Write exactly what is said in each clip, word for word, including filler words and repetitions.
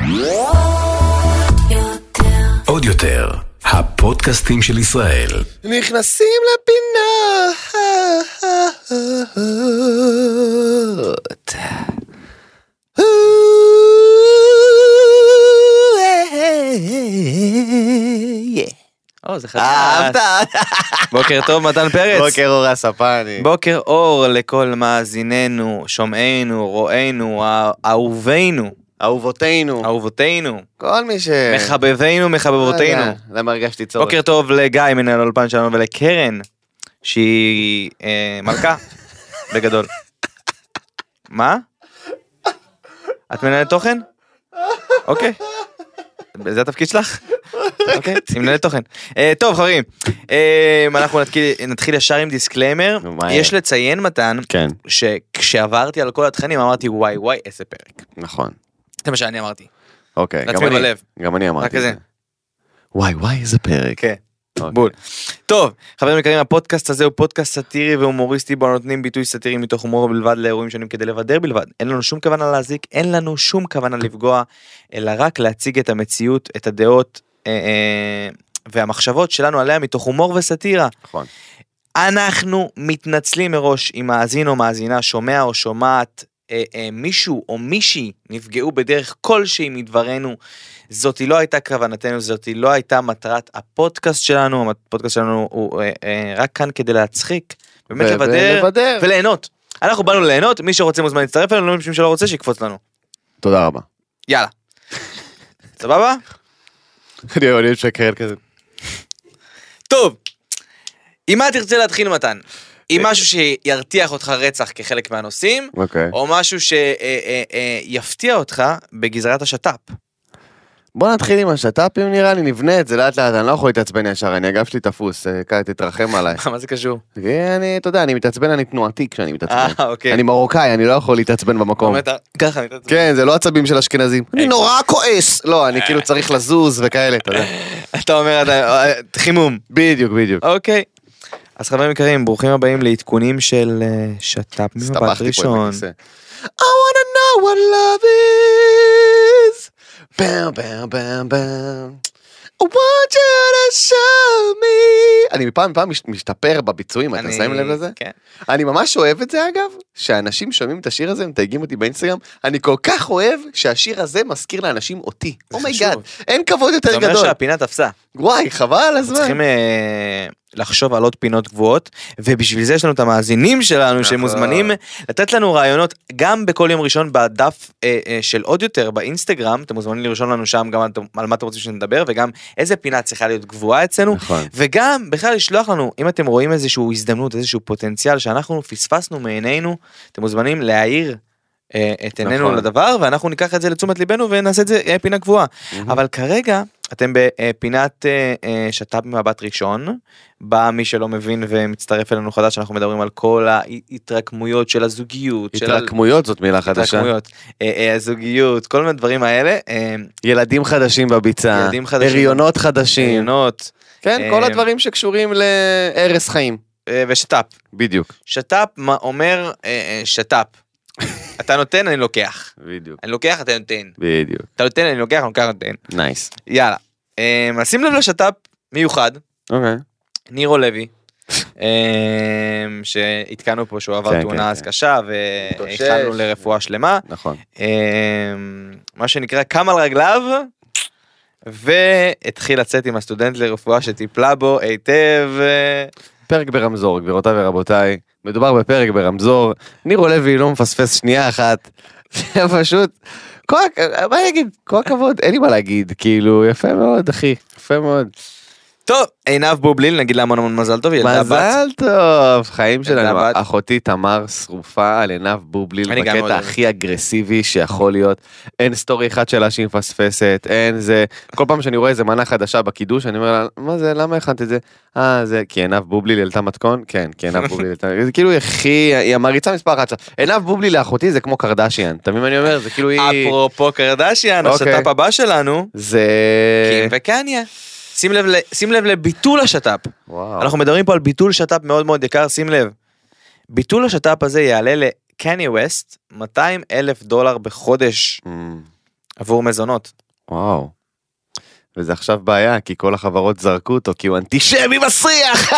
עוד יותר, הפודקאסטים של ישראל. נכנסים לפינה. או, זה חדש. בוקר טוב, מתן פרץ. בוקר אור הספני. בוקר אור לכל מאזיננו, שומענו, רואינו, אהובינו. אהובותינו. אהובותינו. כל מי ש... מחבבינו, מחבבותינו. למה הרגשתי צורך? בוקר טוב לגיא, מנהל האולפן שלנו, ולקרן, שהיא מלכה, בגדול. מה? את מנהלת תוכן? אוקיי. זה התפקיד שלך? אוקיי, היא מנהלת תוכן. טוב, חברים, אנחנו נתחיל ישר עם דיסקליימר. יש לציין, מתן, שכשעברתי על כל התכנים, אמרתי, וואי וואי, איזה פרק. נכון. זה מה שאני אמרתי. אוקיי, גם אני אמרתי את זה. וואי וואי, איזה פרק. כן. בול. טוב, חברים יקרים, הפודקאסט הזה הוא פודקאסט סאטירי והומוריסטי, בו נותנים ביטוי סאטירי מתוך הומור בלבד לאירועים שונים כדי לבדר בלבד. אין לנו שום כוונה להזיק, אין לנו שום כוונה לפגוע, אלא רק להציג את המציאות, את הדעות אה, אה, והמחשבות שלנו עליה מתוך הומור וסאטירה. נכון. אנחנו מתנצלים מראש אם מאזין או מאזינה, שומע או שומעת, אה, אה, מישהו או מישהי נפגעו בדרך כלשהי מדברנו. זאתי לא הייתה כוונתנו, זאתי לא הייתה מטרת הפודקאסט שלנו, הפודקאסט שלנו הוא אה, אה, רק כאן כדי להצחיק, באמת ו- לבדר, לבדר וליהנות. אנחנו באנו ליהנות, מי שרוצה מוזמן להצטרף אלינו, מי שלא רוצה שיקפוץ לנו. תודה רבה. יאללה. סבבה? אני אוהב שקרן כזה. טוב, אם מה תרצה להתחיל מתן? עם משהו שירתיח אותך רצח כחלק מהנושאים, או משהו שיפתיע אותך בגזרת השטאפ. בוא נתחיל עם השטאפים, נראה לי, נבנה את זה לאט לאט, אני לא יכול להתעצבן ישר, אני אגב שלי תפוס, קאי, תתרחם עליי. מה זה קשור? אני, אתה יודע, אני מתעצבן, אני תנועתי כשאני מתעצבן. אה, אוקיי. אני מרוקאי, אני לא יכול להתעצבן במקום. ככה מתעצבן. כן, זה לא עצבים של אשכנזים. אני נורא כועס. לא, אני כאילו צריך לזוז וכאלה, אתה יודע. אתה אומר, חימום. בדיוק, בדיוק. אוקיי. אז חברים יקרים, ברוכים הבאים לעדכונים של שטאפ ממבט ראשון. I wanna know what love is. Bam, bam, bam, bam. I want you to show me. אני מפעם מפעם משתפר בביצועים, אתה שמים לב לזה? כן. אני ממש אוהב את זה אגב, שאנשים שומעים את השיר הזה, מתייגים אותי באינסטגרם, אני כל כך אוהב שהשיר הזה מזכיר לאנשים אותי. אומייגאד, אין כבוד יותר גדול. זה אומר שהפינה תפסה. וואי, חבל על הזמן. צריכים לחשוב על עוד פינות גבוהות, ובשביל זה יש לנו את המאזינים שלנו שמוזמנים לתת לנו רעיונות גם בכל יום ראשון בדף של עוד יותר באינסטגרם, אתם מוזמנים לרשום לנו שם גם על מה אתם רוצים שנדבר, וגם איזה פינה צריכה להיות גבוהה אצלנו, וגם בכלל לשלוח לנו, אם אתם רואים איזשהו הזדמנות, איזשהו פוטנציאל שאנחנו פספסנו מעינינו, אתם מוזמנים להעיר את עינינו לדבר, ואנחנו ניקח את זה לתשומת ליבנו ונעשה את זה פינה גבוהה. אבל כרגע אתם בפינת שטאפ ממבט ראשון, בא מי שלא מבין ומצטרף אלינו חדש, אנחנו מדברים על כל ההתרקמויות של הזוגיות. התרקמויות זאת מילה חדשה. התרקמויות, הזוגיות, כל מיני דברים האלה. ילדים חדשים בביצה, הריונות חדשים. הריונות. כן, כל הדברים שקשורים לערס חיים. ושטאפ. בדיוק. שטאפ אומר שטאפ. אתה נותן, אני לוקח. בדיוק. אני לוקח, אתה נותן. בדיוק. אתה נותן, אני לוקח, אני לוקח, נותן. נייס. יאללה. שים לב לשטאפ מיוחד. אוקיי. נירו לוי. שהתקענו פה שהוא עבר תאונה אז קשה, והכנו לרפואה שלמה. נכון. מה שנקרא, קם על רגליו, והתחיל לצאת עם הסטודנט לרפואה שטיפלה בו היטב. פרק ברמזור, גבירותיי ורבותיי. מדובר בפרק ברמזור, נירו לוי לא מפספס שנייה אחת, זה פשוט, מה אני אגיד, כל הכבוד, אין לי מה להגיד, כאילו, יפה מאוד אחי, יפה מאוד. טוב, עינב בובליל, נגיד לה המון המון מזל טוב, ילדה בת. מזל טוב, חיים שלנו, אחותי תמר שרופה על עינב בובליל, בקטע הכי אגרסיבי שיכול להיות, אין סטורי אחד שלה שהיא מפספסת, אין זה, כל פעם שאני רואה איזה מנה חדשה בקידוש, אני אומר לה, מה זה, למה הכנת את זה? אה, זה, כי עינב בובליל ילתה מתכון? כן, כי עינב בובליל ילתה, זה כאילו הכי, היא המריצה מספר אחת, עינב בובליל לאחותי זה כמו קרדשיאן, אתה מבין מה אני אומר? זה כאילו היא... אפרופו קרדשיאן, השטאפ הבא שלנו, זה... קים וקניה. שים לב, שים לב לביטול השטאפ. וואו. אנחנו מדברים פה על ביטול שטאפ מאוד מאוד יקר, שים לב. ביטול השטאפ הזה יעלה לקני ווסט מאתיים אלף דולר בחודש. Mm. עבור מזונות. וואו. וזה עכשיו בעיה, כי כל החברות זרקו אותו, כי הוא אנטישמי מסריח.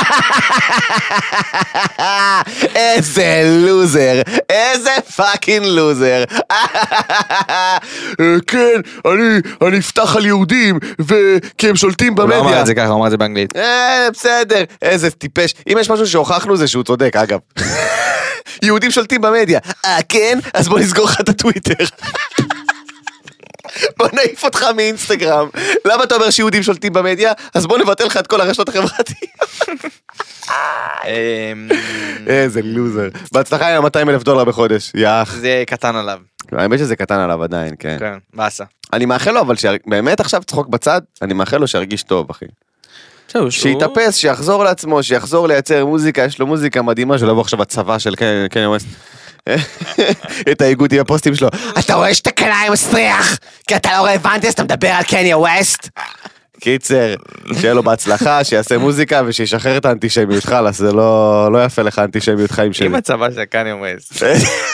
איזה לוזר, איזה פאקינג לוזר. כן, אני, אני אפתח על יהודים, כי הם שולטים במדיה. הוא לא אמר את זה ככה, הוא אמר את זה באנגלית. אה, בסדר, איזה טיפש. אם יש משהו שהוכחנו זה שהוא צודק, אגב. יהודים שולטים במדיה. אה, כן? אז בוא נסגור לך את הטוויטר. בוא נעיף אותך מאינסטגרם. למה אתה אומר שיהודים שולטים במדיה? אז בוא נבטל לך את כל הרשתות החברתיות. איזה לוזר. בהצלחה עם מאתיים אלף דולר בחודש. יאח. זה קטן עליו. האמת שזה קטן עליו עדיין, כן. כן, בעשה. אני מאחל לו, אבל באמת עכשיו צחוק בצד, אני מאחל לו שירגיש טוב, אחי. שיתאפס, שיחזור לעצמו, שיחזור לייצר מוזיקה, יש לו מוזיקה מדהימה, שלא בוא עכשיו הצבא של קניה ווסט. את האיגוד עם הפוסטים שלו. אתה רואה שאתה קנאי מסריח, כי אתה לא רלוונטי, אז אתה מדבר על קניה ווסט. קיצר, שיהיה לו בהצלחה, שיעשה מוזיקה ושישחרר את האנטישמיות. חלאס, זה לא יפה לך האנטישמיות חיים שלי. עם הצבא של קניה ווסט.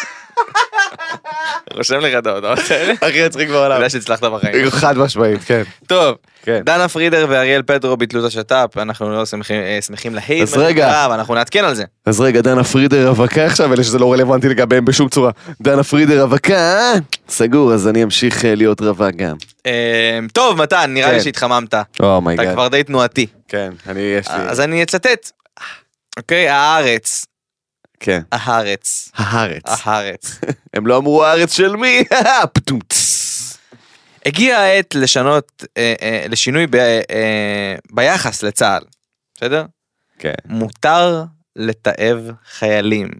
רושם לך את ההודעות האלה. הכי יצחיק בעולם. אתה יודע שהצלחת בחיים. חד משמעית, כן. טוב, דנה פרידר ואריאל פטרו ביטלו את השת"פ, אנחנו לא שמחים להיד, אז רגע, ואנחנו נעדכן על זה. אז רגע, דנה פרידר אבקה עכשיו, אלה שזה לא רלוונטי לגביהם בשום צורה. דנה פרידר אבקה, סגור, אז אני אמשיך להיות רווק גם. טוב, מתן, נראה לי שהתחממת. אתה כבר די תנועתי. כן, אני יש לי. אז אני אצטט. אוקיי, הארץ. כן. הארץ. הארץ. הארץ. הם לא אמרו הארץ של מי? פטוץ. הגיע העת לשנות, אה, אה, לשינוי ב, אה, ביחס לצה"ל. בסדר? כן. מותר לתעב חיילים.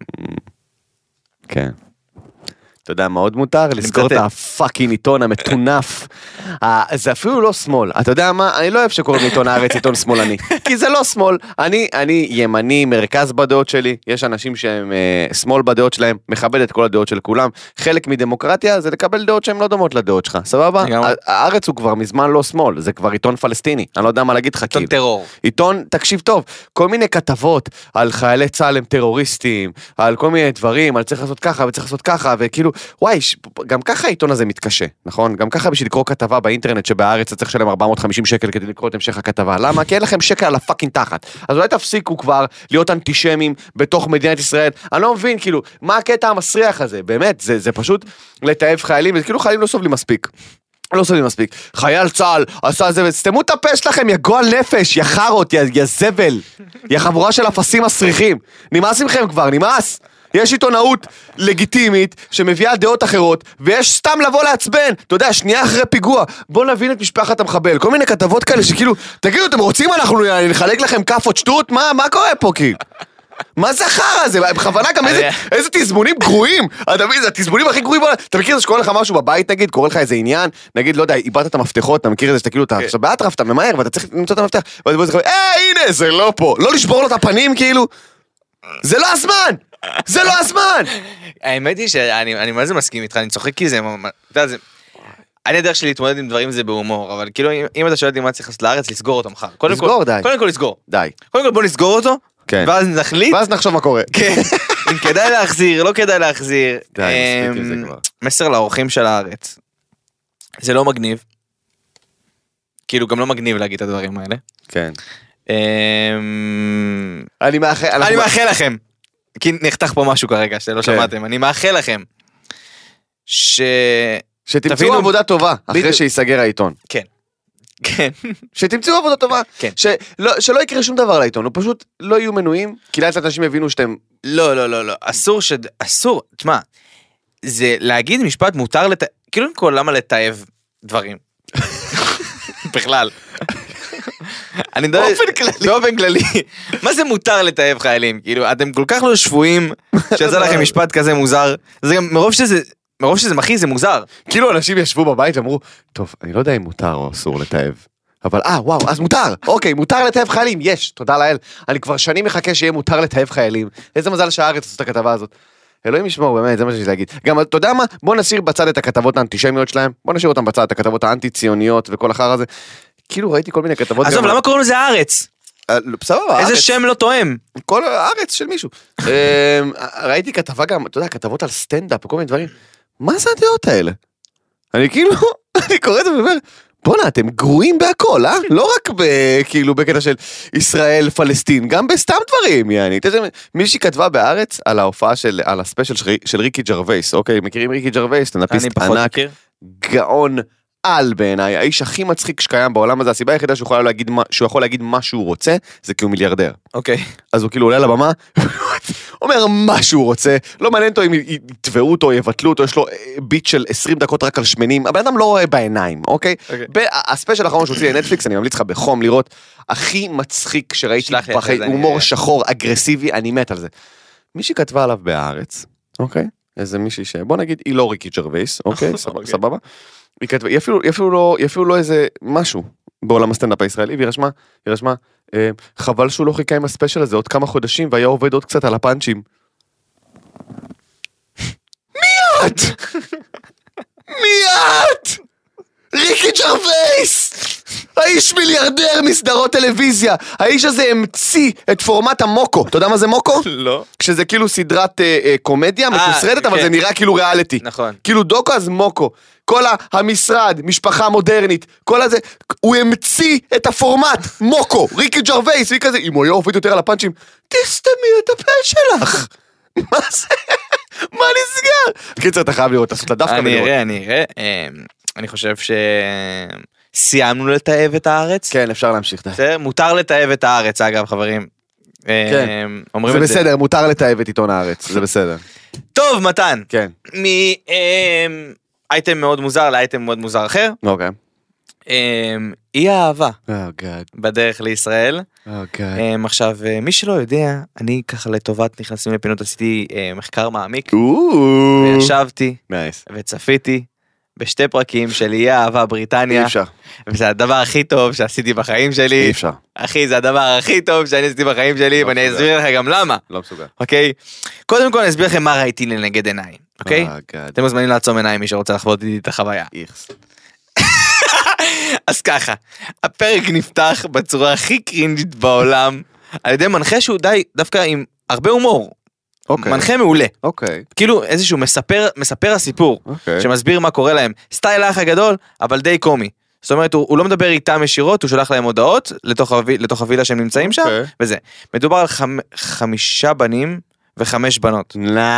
כן. אתה יודע מה עוד מותר? לזכור את הפאקינג עיתון המתונף. זה אפילו לא שמאל. אתה יודע מה? אני לא אוהב שקוראים עיתון הארץ עיתון שמאלני. כי זה לא שמאל. אני, אני ימני, מרכז בדעות שלי. יש אנשים שהם שמאל בדעות שלהם, מכבד את כל הדעות של כולם. חלק מדמוקרטיה זה לקבל דעות שהן לא דומות לדעות שלך. סבבה? הארץ הוא כבר מזמן לא שמאל. זה כבר עיתון פלסטיני. אני לא יודע מה להגיד לך. עיתון טרור. עיתון, תקשיב טוב. כל מיני כתבות על חיילי צה"ל הם טרוריסטים, על כל מיני דברים, על צריך לעשות ככה וצריך לעשות ככה, וכאילו וואי, גם ככה העיתון הזה מתקשה, נכון? גם ככה בשביל לקרוא כתבה באינטרנט שבארץ אתה צריך לשלם ארבע מאות וחמישים שקל כדי לקרוא את המשך הכתבה. למה? כי אין לכם שקל על הפאקינג תחת. אז אולי תפסיקו כבר להיות אנטישמים בתוך מדינת ישראל. אני לא מבין, כאילו, מה הקטע המסריח הזה? באמת, זה, זה פשוט לתעב חיילים, וכאילו חיילים לא סובלים מספיק. לא סובלים מספיק. חייל צה"ל עשה זה, וסתמו את הפה שלכם, יא גועל נפש, יא חרות, יא, יא זבל, יא חבורה של אפסים מסריחים. נמאס מכם כבר, נמאס. יש עיתונאות לגיטימית שמביאה דעות אחרות, ויש סתם לבוא לעצבן, אתה יודע, שנייה אחרי פיגוע, בוא נבין את משפחת המחבל, כל מיני כתבות כאלה שכאילו, תגידו, אתם רוצים אנחנו נחלק לכם כפות שטות? מה, מה קורה פה כאילו? מה זה החרא הזה? בכוונה גם איזה, איזה תזמונים גרועים, אתה מבין, זה התזמונים הכי גרועים, אתה מכיר את זה שקורה לך משהו בבית נגיד, קורה לך איזה עניין, נגיד, לא יודע, איבדת את המפתחות, אתה מכיר את זה שאתה כאילו, אתה עכשיו באטרף, אתה ממהר, ואתה צריך למצוא את המפתח, ואתה בוא, אה, הנה, זה לא פה, לא לשבור לו את הפנים כאילו, זה לא הזמן! זה לא הזמן! האמת היא שאני מה זה מסכים איתך, אני צוחק כי זה, אתה יודע, זה, אני הדרך שלי להתמודד עם דברים זה בהומור, אבל כאילו אם אתה שואל אותי מה צריך לעשות לארץ, לסגור אותו מחר. לסגור, די. קודם כל לסגור. די. קודם כל בוא נסגור אותו, ואז נחליט. ואז נחשוב מה קורה. כן. אם כדאי להחזיר, לא כדאי להחזיר. די, מספיק עם זה כבר. מסר לאורחים של הארץ. זה לא מגניב. כאילו גם לא מגניב להגיד את הדברים האלה. כן. אני מאחל, אני מאחל לכם, כי נחתך פה משהו כרגע שאתם לא שמעתם, אני מאחל לכם ש... שתמצאו עבודה טובה אחרי שיסגר העיתון. כן. כן. שתמצאו עבודה טובה. כן. שלא יקרה שום דבר לעיתון, הוא פשוט לא יהיו מנויים, כי לאט לאט אנשים יבינו שאתם... לא, לא, לא, לא. אסור ש... אסור, תשמע, זה להגיד משפט מותר לת... כאילו כל למה לתעב דברים. בכלל. אני מדבר באופן כללי. באופן כללי. מה זה מותר לתעב חיילים? כאילו, אתם כל כך לא שבויים, שיצא לכם משפט כזה מוזר. זה גם, מרוב שזה, מרוב שזה מכי, זה מוזר. כאילו, אנשים ישבו בבית ואמרו, טוב, אני לא יודע אם מותר או אסור לתעב. אבל, אה, וואו, אז מותר. אוקיי, מותר לתעב חיילים. יש, תודה לאל. אני כבר שנים מחכה שיהיה מותר לתעב חיילים. איזה מזל שהארץ עשו את הכתבה הזאת. אלוהים ישמור, באמת, זה מה שיש להגיד. גם, אתה יודע מה? בוא נשאיר בצד את הכתבות האנטישמיות שלהם. בוא נשאיר אותם בצד, את הכתבות האנטי-ציוניות וכל אחר הזה. כאילו ראיתי כל מיני כתבות. עזוב, למה קוראים לזה הארץ? בסבבה, איזה שם לא תואם? כל הארץ של מישהו. ראיתי כתבה גם, אתה יודע, כתבות על סטנדאפ וכל מיני דברים. מה זה הדעות האלה? אני כאילו, אני קורא את זה ואומר, בונה, אתם גרועים בהכל, אה? לא רק כאילו בקטע של ישראל, פלסטין, גם בסתם דברים, יעני. מישהי כתבה בארץ על ההופעה של, על הספיישל של ריקי ג'רווייס, אוקיי? מכירים ריקי ג'רווייס? סטנדאפיסט ענק, גאון על בעיניי, האיש הכי מצחיק שקיים בעולם הזה, הסיבה היחידה שהוא יכול להגיד, שהוא יכול להגיד מה שהוא רוצה, זה כי הוא מיליארדר. אוקיי. אז הוא כאילו עולה לבמה, אומר מה שהוא רוצה, לא מעניין אותו אם יתבעו אותו, יבטלו אותו, יש לו ביט של עשרים דקות רק על שמנים, הבן אדם לא רואה בעיניים, אוקיי? הספיישל האחרון שהוציא לנטפליקס, אני ממליץ לך בחום לראות, הכי מצחיק שראיתי בחיים, הומור שחור, אגרסיבי, אני מת על זה. מישהי כתבה עליו בהארץ, אוקיי? איזה מישהי ש... בוא נגיד, היא לא ריקי ג'רווייס, אוקיי? סבבה? היא כתבה, היא אפילו, היא אפילו לא, היא אפילו לא איזה משהו בעולם הסטנדאפ הישראלי, והיא רשמה, היא רשמה, אה, חבל שהוא לא חיכה עם הספיישל הזה עוד כמה חודשים, והיה עובד עוד קצת על הפאנצ'ים. מי את? מי את? ריקי ג'רווייס! האיש מיליארדר מסדרות טלוויזיה, האיש הזה המציא את פורמט המוקו, אתה יודע מה זה מוקו? לא. כשזה כאילו סדרת אה, אה, קומדיה מתוסרטת, אבל זה נראה כאילו ריאליטי. נכון. כאילו דוקו אז מוקו. כל המשרד, משפחה מודרנית, כל הזה, הוא המציא את הפורמט, מוקו, ריקי ג'רווייס, והיא כזה, אם הוא היה עובד יותר על הפאנצ'ים, תסתמי את הפה שלך. מה זה? מה נסגר? קיצר, אתה חייב לראות, תעשות לדווקא אני אראה, אני אראה. אני חושב שסיימנו לתאב את הארץ. כן, אפשר להמשיך. מותר לתאב את הארץ, אגב, חברים. זה בסדר, מותר לתאב את עיתון הארץ, זה בסדר. טוב, מתן. כן. אייטם מאוד מוזר לאייטם מאוד מוזר אחר. אוקיי. אי האהבה. Oh God. בדרך לישראל. Oh God. עכשיו, מי שלא יודע, אני ככה לטובת נכנסים לפינות, עשיתי מחקר מעמיק. וישבתי. וצפיתי בשתי פרקים של אי האהבה בריטניה. אי אפשר. וזה הדבר הכי טוב שעשיתי בחיים שלי. אי אפשר. אחי, זה הדבר הכי טוב שאני עשיתי בחיים שלי, ואני אסביר לך גם למה. לא מסוגל. אוקיי? קודם כל אני אסביר לכם מה ראיתי לנגד עיניי. אוקיי? אתם מוזמנים לעצום עיניים מי שרוצה לחוות איתי את החוויה. איכס. אז ככה, הפרק נפתח בצורה הכי קרינג'ית בעולם, על ידי מנחה שהוא די, דווקא עם הרבה הומור. מנחה מעולה. אוקיי. כאילו איזשהו מספר, מספר הסיפור, שמסביר מה קורה להם. סטייל האח הגדול, אבל די קומי. זאת אומרת, הוא, הוא לא מדבר איתם ישירות, הוא שולח להם הודעות לתוך, לתוך הווילה שהם נמצאים שם, וזה. מדובר על חמ, חמישה בנים וחמש בנות.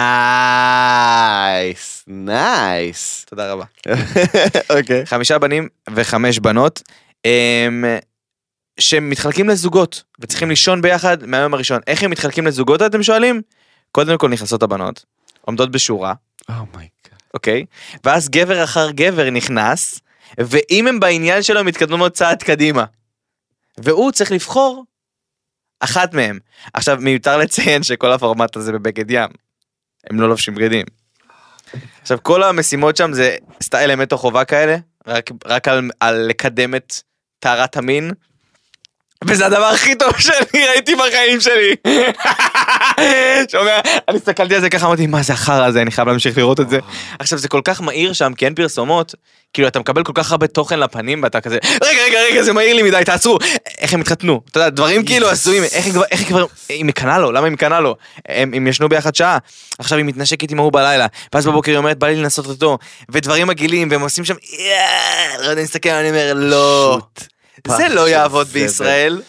נייס, נייס. תודה רבה. אוקיי. חמישה בנים וחמש בנות, הם, שמתחלקים לזוגות, וצריכים לישון ביחד מהיום הראשון. איך הם מתחלקים לזוגות, אתם שואלים? קודם כל נכנסות הבנות, עומדות בשורה. אומייגאד. אוקיי? ואז גבר אחר גבר נכנס, ואם הם בעניין שלו מתקדמות צעד קדימה. והוא צריך לבחור אחת מהם. עכשיו מיותר לציין שכל הפורמט הזה בבגד ים. הם לא לובשים בגדים. עכשיו כל המשימות שם זה סטייל אמת או חובה כאלה, רק, רק על, על לקדם את טהרת המין. וזה הדבר הכי טוב שאני ראיתי בחיים שלי. שאומר, אני הסתכלתי על זה ככה, אמרתי, מה זה החרא הזה, אני חייב להמשיך לראות את זה. עכשיו זה כל כך מהיר שם, כי אין פרסומות, כאילו אתה מקבל כל כך הרבה תוכן לפנים, ואתה כזה, רגע, רגע, רגע, זה מהיר לי מדי, תעצרו. איך הם התחתנו? אתה יודע, דברים כאילו עשויים, איך כבר, היא מקנה לו, למה היא מקנה לו? הם ישנו ביחד שעה, עכשיו היא מתנשקת עם ההוא בלילה, ואז בבוקר היא אומרת, בא לי לנסות אותו, ודברים מגעילים, והם עושים שם, לא יודע, נסתכל, אני אומר, לא. זה לא יעבוד בישראל.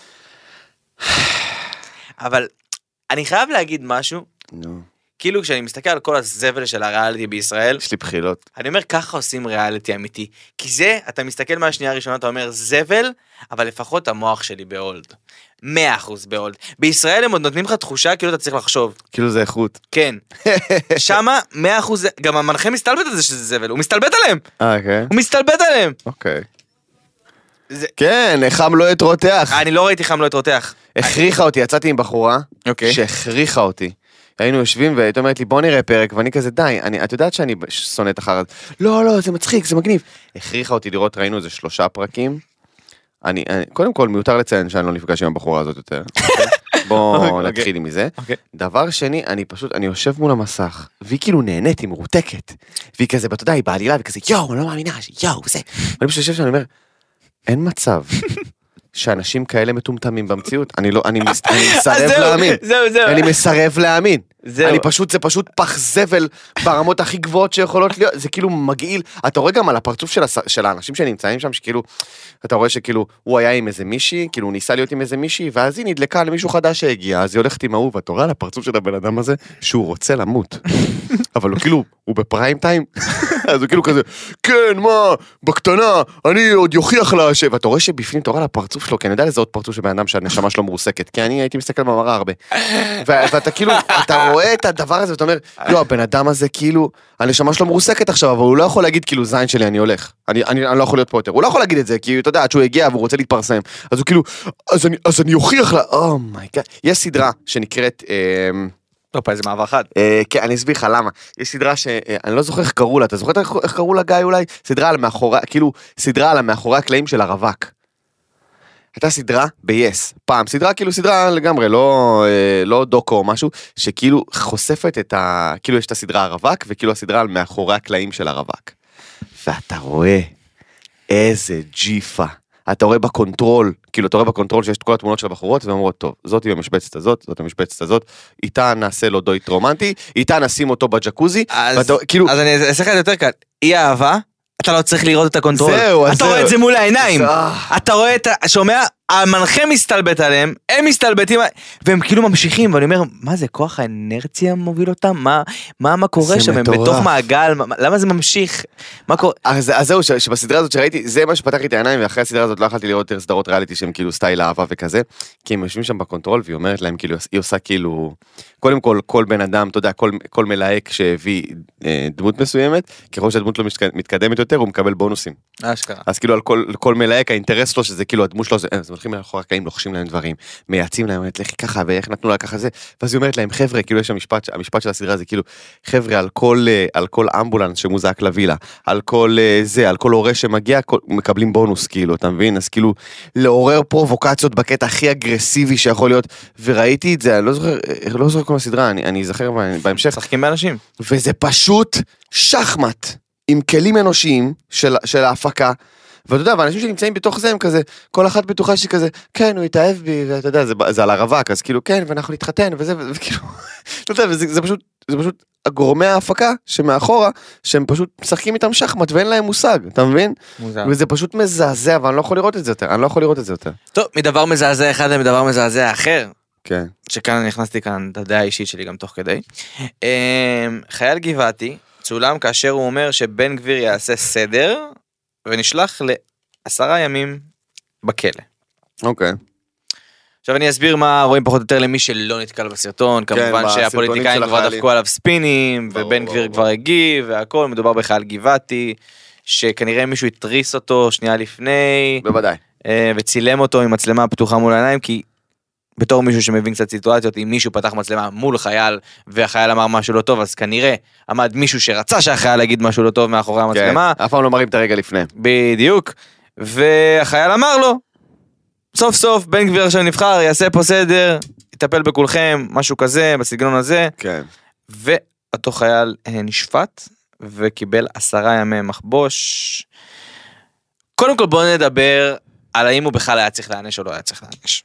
אבל אני חייב להגיד משהו, כאילו כשאני מסתכל על כל הזבל של הריאליטי בישראל, יש לי בחילות. אני אומר ככה עושים ריאליטי אמיתי, כי זה, אתה מסתכל מהשנייה הראשונה, אתה אומר זבל, אבל לפחות המוח שלי בהולד. מאה אחוז בהולד. בישראל הם עוד נותנים לך תחושה כאילו אתה צריך לחשוב. כאילו זה איכות. כן. שמה מאה אחוז, גם המנחה מסתלבט על זה שזה זבל, הוא מסתלבט עליהם. אה, אוקיי. הוא מסתלבט עליהם. אוקיי. כן, חם לא את רותח. אני לא ראיתי חם לא את רותח. הכריחה אותי, יצאתי עם בחורה, שהכריחה אותי. היינו יושבים והיית אומרת לי, בוא נראה פרק, ואני כזה, די, את יודעת שאני שונא את אחר, לא, לא, זה מצחיק, זה מגניב. הכריחה אותי לראות, ראינו איזה שלושה פרקים. אני, קודם כל, מיותר לציין שאני לא נפגש עם הבחורה הזאת יותר. בוא נתחיל מזה. דבר שני, אני פשוט, אני יושב מול המסך, והיא כאילו נהנית, היא מרותקת. והיא כזה, בתודה, היא בעלילה, וכזה, יואו, אני לא מאמינה, יואו, זה. ואני פשוט יושב שאני אומר, אין מצב שאנשים כאלה מטומטמים במציאות. אני לא, אני מסרב להאמין. זהו, זהו. אני מסרב להאמין. אני פשוט, זה פשוט פח זבל ברמות הכי גבוהות שיכולות להיות, זה כאילו מגעיל. אתה רואה גם על הפרצוף של האנשים שנמצאים שם, שכאילו, אתה רואה שכאילו, הוא היה עם איזה מישהי, כאילו הוא ניסה להיות עם איזה מישהי, ואז היא נדלקה למישהו חדש שהגיע, אז היא הולכת עם ההוא, ואתה רואה על הפרצוף של הבן אדם הזה, שהוא רוצה למות. אבל הוא כאילו, הוא בפריים טיים, אז הוא כאילו כזה, כן, מה, בקטנה, אני עוד יוכיח לה, ואתה רואה שבפנים, אתה רואה על הפרצוף שלו, כי אני יודע לזה עוד פרצוף של בן אדם שהנשמה שלו מרוסקת, כי אני הייתי מסתכל במראה הרבה. ואתה כאילו, אתה רואה את הדבר הזה, ואתה אומר, לא, הבן אדם הזה כאילו, הנשמה שלו מרוסקת עכשיו, אבל הוא לא יכול להגיד כאילו, זין שלי, אני הולך. אני, אני, אני לא יכול להיות פה יותר. הוא לא יכול להגיד את זה, כי אתה יודע, עד שהוא הגיע והוא רוצה להתפרסם. אז הוא כאילו, אז אני, אז אני אוכיח לה, אומייגאד. יש סדרה שנקראת, אופה, איזה מעבר חד. כן, אני אסביר לך למה. יש סדרה שאני לא זוכר איך קראו לה, אתה זוכר איך קראו לה גיא אולי? סדרה על מאחורי, כאילו, סדרה על מאחורי הקלעים של הרווק. הייתה סדרה ב-yes, פעם, סדרה כאילו סדרה לגמרי, לא, לא דוקו או משהו, שכאילו חושפת את ה... כאילו יש את הסדרה הרווק, וכאילו הסדרה על מאחורי הקלעים של הרווק. ואתה רואה איזה ג'יפה. אתה רואה בקונטרול, כאילו אתה רואה בקונטרול שיש את כל התמונות של הבחורות, ואומרות, טוב, זאת היא המשבצת הזאת, זאת המשבצת הזאת, איתה נעשה לו דויט רומנטי, איתה נשים אותו בג'קוזי, אז, ואתה, כאילו... אז אני אעשה לך יותר קל, אי אהבה, אתה לא צריך לראות את הקונטרול. זהו, אתה זהו. רואה את זה מול העיניים. אתה רואה את ה... שומע, המנחה מסתלבט עליהם, הם מסתלבטים, והם כאילו ממשיכים, ואני אומר, מה זה, כוח האנרציה מוביל אותם? מה, מה, מה קורה שם? הם בתוך מעגל, למה זה ממשיך? מה קורה? אז, אז זהו, שבסדרה הזאת שראיתי, זה מה שפתח לי את העיניים, ואחרי הסדרה הזאת לא יכלתי לראות יותר סדרות ריאליטי שהם כאילו סטייל אהבה וכזה, כי הם יושבים שם בקונטרול, והיא אומרת להם, כאילו, היא עושה כאילו, קודם כל, כל בן אדם, אתה יודע, כל, כל מלהק שהביא אה, דמות מסוימת, ככל שהדמות לא מתקדמת יותר, הוא מקבל בונוסים. אשכרה. אז כאילו על כל, כל מלהק, האינטרס שלו, שזה כאילו הדמות שלו, הם הולכים לאחורי הקלעים, לוחשים להם דברים, מייעצים להם, אומרת, לכי ככה, ואיך נתנו לה ככה זה, ואז היא אומרת להם, חבר'ה, כאילו יש המשפט, המשפט של הסדרה זה כאילו, חבר'ה, על כל, על כל אמבולנס שמוזק לווילה, על כל זה, על כל הורה שמגיע, כל, מקבלים בונוס, כאילו, אתה מבין? אז כאילו, לעורר פרובוקציות בקטע הכי אגרסיבי שיכול להיות, וראיתי את זה, אני לא זוכר, לא זוכר כל הסדרה, אני, אני אזכר בהמשך. שחקים באנשים. וזה פשוט שחמט עם כלים אנושיים של, של ההפקה, ואתה יודע, ואנשים שנמצאים בתוך זה הם כזה, כל אחת בטוחה שכזה, כן, הוא התאהב בי, ואתה יודע, זה, זה על הרווק, אז כאילו, כן, ואנחנו נתחתן, וזה, וכאילו, אתה יודע, וזה, זה פשוט, זה פשוט הגורמי ההפקה שמאחורה, שהם פשוט משחקים איתם שחמט, ואין להם מושג, אתה מבין? מוזר. וזה פשוט מזעזע, ואני לא יכול לראות את זה יותר, אני לא יכול לראות את זה יותר. טוב, מדבר מזעזע אחד למדבר מזעזע אחר, כן. שכאן אני נכנסתי כאן, את הדעה האישית שלי גם תוך כדי. חייל גבעתי, צולם כאשר הוא אומר שבן גביר יעשה סדר, ונשלח לעשרה ימים בכלא. אוקיי. עכשיו אני אסביר מה רואים פחות או יותר למי שלא נתקל בסרטון, כמובן שהפוליטיקאים כבר דפקו עליו ספינים, ובן גביר כבר הגיב, והכל, מדובר בחייל גבעתי, שכנראה מישהו יתריס אותו שנייה לפני, בוודאי. וצילם אותו עם מצלמה פתוחה מול העיניים, כי בתור מישהו שמבין קצת סיטואציות, אם מישהו פתח מצלמה מול חייל, והחייל אמר משהו לא טוב, אז כנראה עמד מישהו שרצה שהחייל יגיד משהו לא טוב מאחורי המצלמה. כן, אף פעם לא מראים את הרגע לפני. בדיוק. והחייל אמר לו, סוף סוף בן גביר עכשיו נבחר, יעשה פה סדר, יטפל בכולכם, משהו כזה, בסגנון הזה. כן. ואותו חייל נשפט, וקיבל עשרה ימי מחבוש. קודם כל בואו נדבר על האם הוא בכלל היה צריך להענש או לא היה צריך להענש.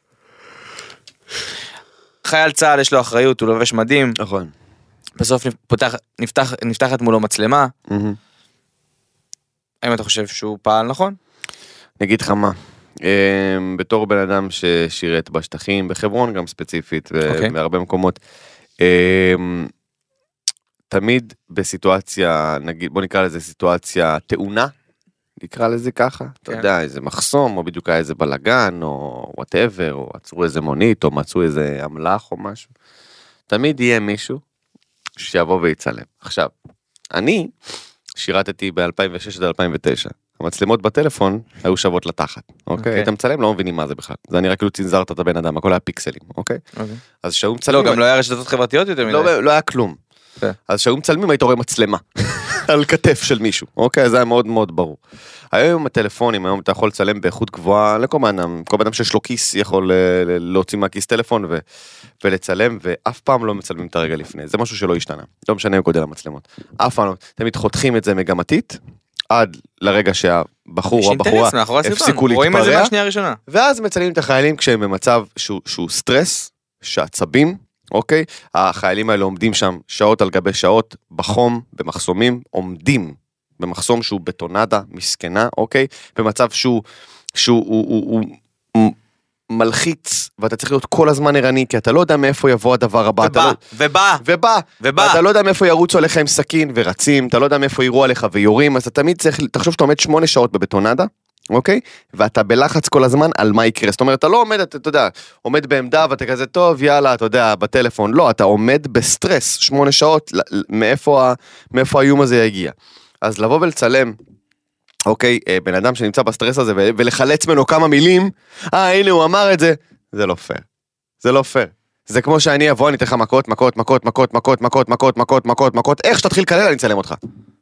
חייל צה"ל יש לו אחריות, הוא לובש מדים. נכון. בסוף נפתח, נפתח, נפתחת מולו מצלמה. האם אתה חושב שהוא פעל נכון? נגיד לך מה, בתור בן אדם ששירת בשטחים, בחברון גם ספציפית, בהרבה מקומות, תמיד בסיטואציה, נגיד, בוא נקרא לזה סיטואציה תאונה, נקרא לזה ככה, אתה יודע, איזה מחסום, או בדיוק היה איזה בלגן, או whatever, או עצרו איזה מונית, או מצאו איזה אמל"ח או משהו. תמיד יהיה מישהו שיבוא ויצלם. עכשיו, אני שירתתי ב-אלפיים ושש עד אלפיים ותשע. המצלמות בטלפון היו שוות לתחת, אוקיי? היית מצלם, לא מבינים מה זה בכלל. זה נראה כאילו צנזרת את הבן אדם, הכל היה פיקסלים, אוקיי? אז שהיו מצלמים... לא, גם לא היה רשתות חברתיות יותר מדי. לא היה כלום. אז שהיו מצלמים, היית רואה מצלמה. על כתף של מישהו, אוקיי? זה היה מאוד מאוד ברור. היום הטלפונים, היום אתה יכול לצלם באיכות גבוהה לכל אדם, כל אדם שיש לו כיס יכול להוציא מהכיס טלפון ו- ולצלם, ואף פעם לא מצלמים את הרגע לפני. זה משהו שלא השתנה. לא משנה גודל המצלמות. אף פעם לא. תמיד חותכים את זה מגמתית, עד לרגע שהבחור או הבחורה הפסיקו להתפרע, ואז מצלמים את החיילים כשהם במצב שהוא, שהוא סטרס, שעצבים, אוקיי? החיילים האלה עומדים שם שעות על גבי שעות, בחום, במחסומים, עומדים במחסום שהוא בטונדה, מסכנה, אוקיי? במצב שהוא, שהוא הוא, הוא, הוא, הוא מלחיץ, ואתה צריך להיות כל הזמן ערני, כי אתה לא יודע מאיפה יבוא הדבר הבא. ובא, לא... ובא, ובא, ובא. ואתה לא יודע מאיפה ירוצו עליך עם סכין ורצים, אתה לא יודע מאיפה יראו עליך ויורים, אז אתה תמיד צריך, תחשוב שאתה עומד שמונה שעות בבטונדה, אוקיי? ואתה בלחץ כל הזמן על מה יקרה. זאת אומרת, אתה לא עומד, אתה, אתה יודע, עומד בעמדה ואתה כזה טוב, יאללה, אתה יודע, בטלפון. לא, אתה עומד בסטרס, שמונה שעות, מאיפה, מאיפה האיום הזה יגיע. אז לבוא ולצלם, אוקיי, בן אדם שנמצא בסטרס הזה, ולחלץ ממנו כמה מילים, אה, הנה, הוא אמר את זה, זה לא פייר. זה לא פייר. זה כמו שאני אבוא, אני אתן לך מכות, מכות, מכות, מכות, מכות, מכות, מכות, מכות, מכות, מכות, איך שתתחיל לקלל, אני אצלם אותך.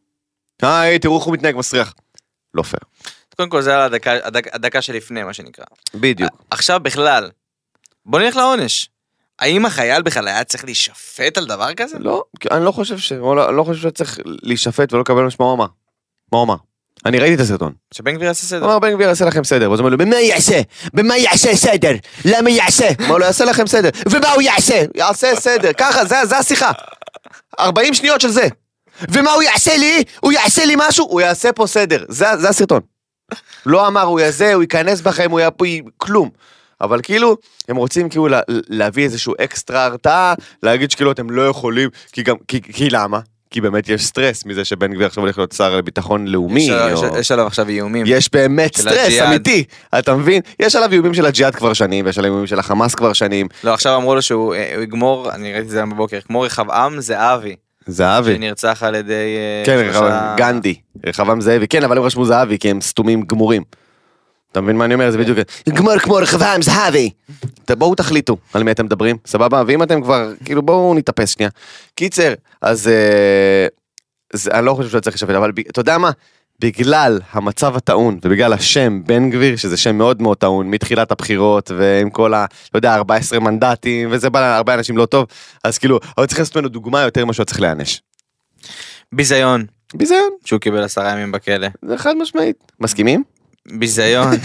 היי, תראו איך הוא מתנהג מסריח. לא פייר. קודם כל, זה היה הדקה, הדקה שלפני, מה שנקרא. בדיוק. עכשיו בכלל, בוא נלך לעונש. האם החייל בכלל היה צריך להישפט על דבר כזה? לא, אני לא חושב ש... אני לא חושב שצריך להישפט ולא לקבל משמע מה. מה אומר? אני ראיתי את הסרטון. שבן גביר יעשה סדר. אמר, בן גביר יעשה לכם סדר. ואז אומר לו, במה יעשה? במה יעשה סדר? למה יעשה? אמר לו, יעשה לכם סדר. ומה הוא יעשה? יעשה סדר. ככה, זה, זה השיחה. ארבעים שניות של זה. ומה הוא יעשה לי? הוא יעשה לי משהו? הוא יעשה פה סדר. זה, זה הסרטון. לא אמר, הוא יעשה, הוא ייכנס בכם, הוא יהיה פה, כלום. אבל כאילו, הם רוצים כאילו לה, להביא איזשהו אקסטרה הרתעה, להגיד שכאילו אתם לא יכולים, כי גם, כי, כי למה? כי באמת יש סטרס מזה שבן גביר עכשיו הולך להיות שר לביטחון לאומי. יש, או... יש, יש עליו עכשיו איומים. יש באמת סטרס הג'יהאד. אמיתי, אתה מבין? יש עליו איומים של הג'יהאד כבר שנים, ויש עליו איומים של החמאס כבר שנים. לא, עכשיו אמרו לו שהוא יגמור, אני ראיתי את זה בבוקר, כמו רחבעם זהבי. זהבי. שנרצח על ידי... כן, רחבעם, גנדי, רחבעם זאבי, כן, אבל הם רשמו זהבי, כי הם סתומים גמורים. אתה מבין מה אני אומר? זה בדיוק, גמור כמו רחבעם זהבי. בואו תחליטו על מי אתם מדברים, סבבה? ואם אתם כבר, כאילו בואו נתאפס שנייה. קיצר, אז אני לא חושב שאתה צריך לשפט, אבל אתה יודע מה? בגלל המצב הטעון, ובגלל השם בן גביר, שזה שם מאוד מאוד טעון, מתחילת הבחירות, ועם כל ה, לא יודע, ארבעה עשר מנדטים, וזה בא להרבה אנשים לא טוב, אז כאילו, אבל צריך לעשות ממנו דוגמה יותר משהו צריך להיענש. ביזיון. ביזיון. שהוא קיבל עשרה ימים בכלא. זה חד משמעית. מסכימים? ביזיון.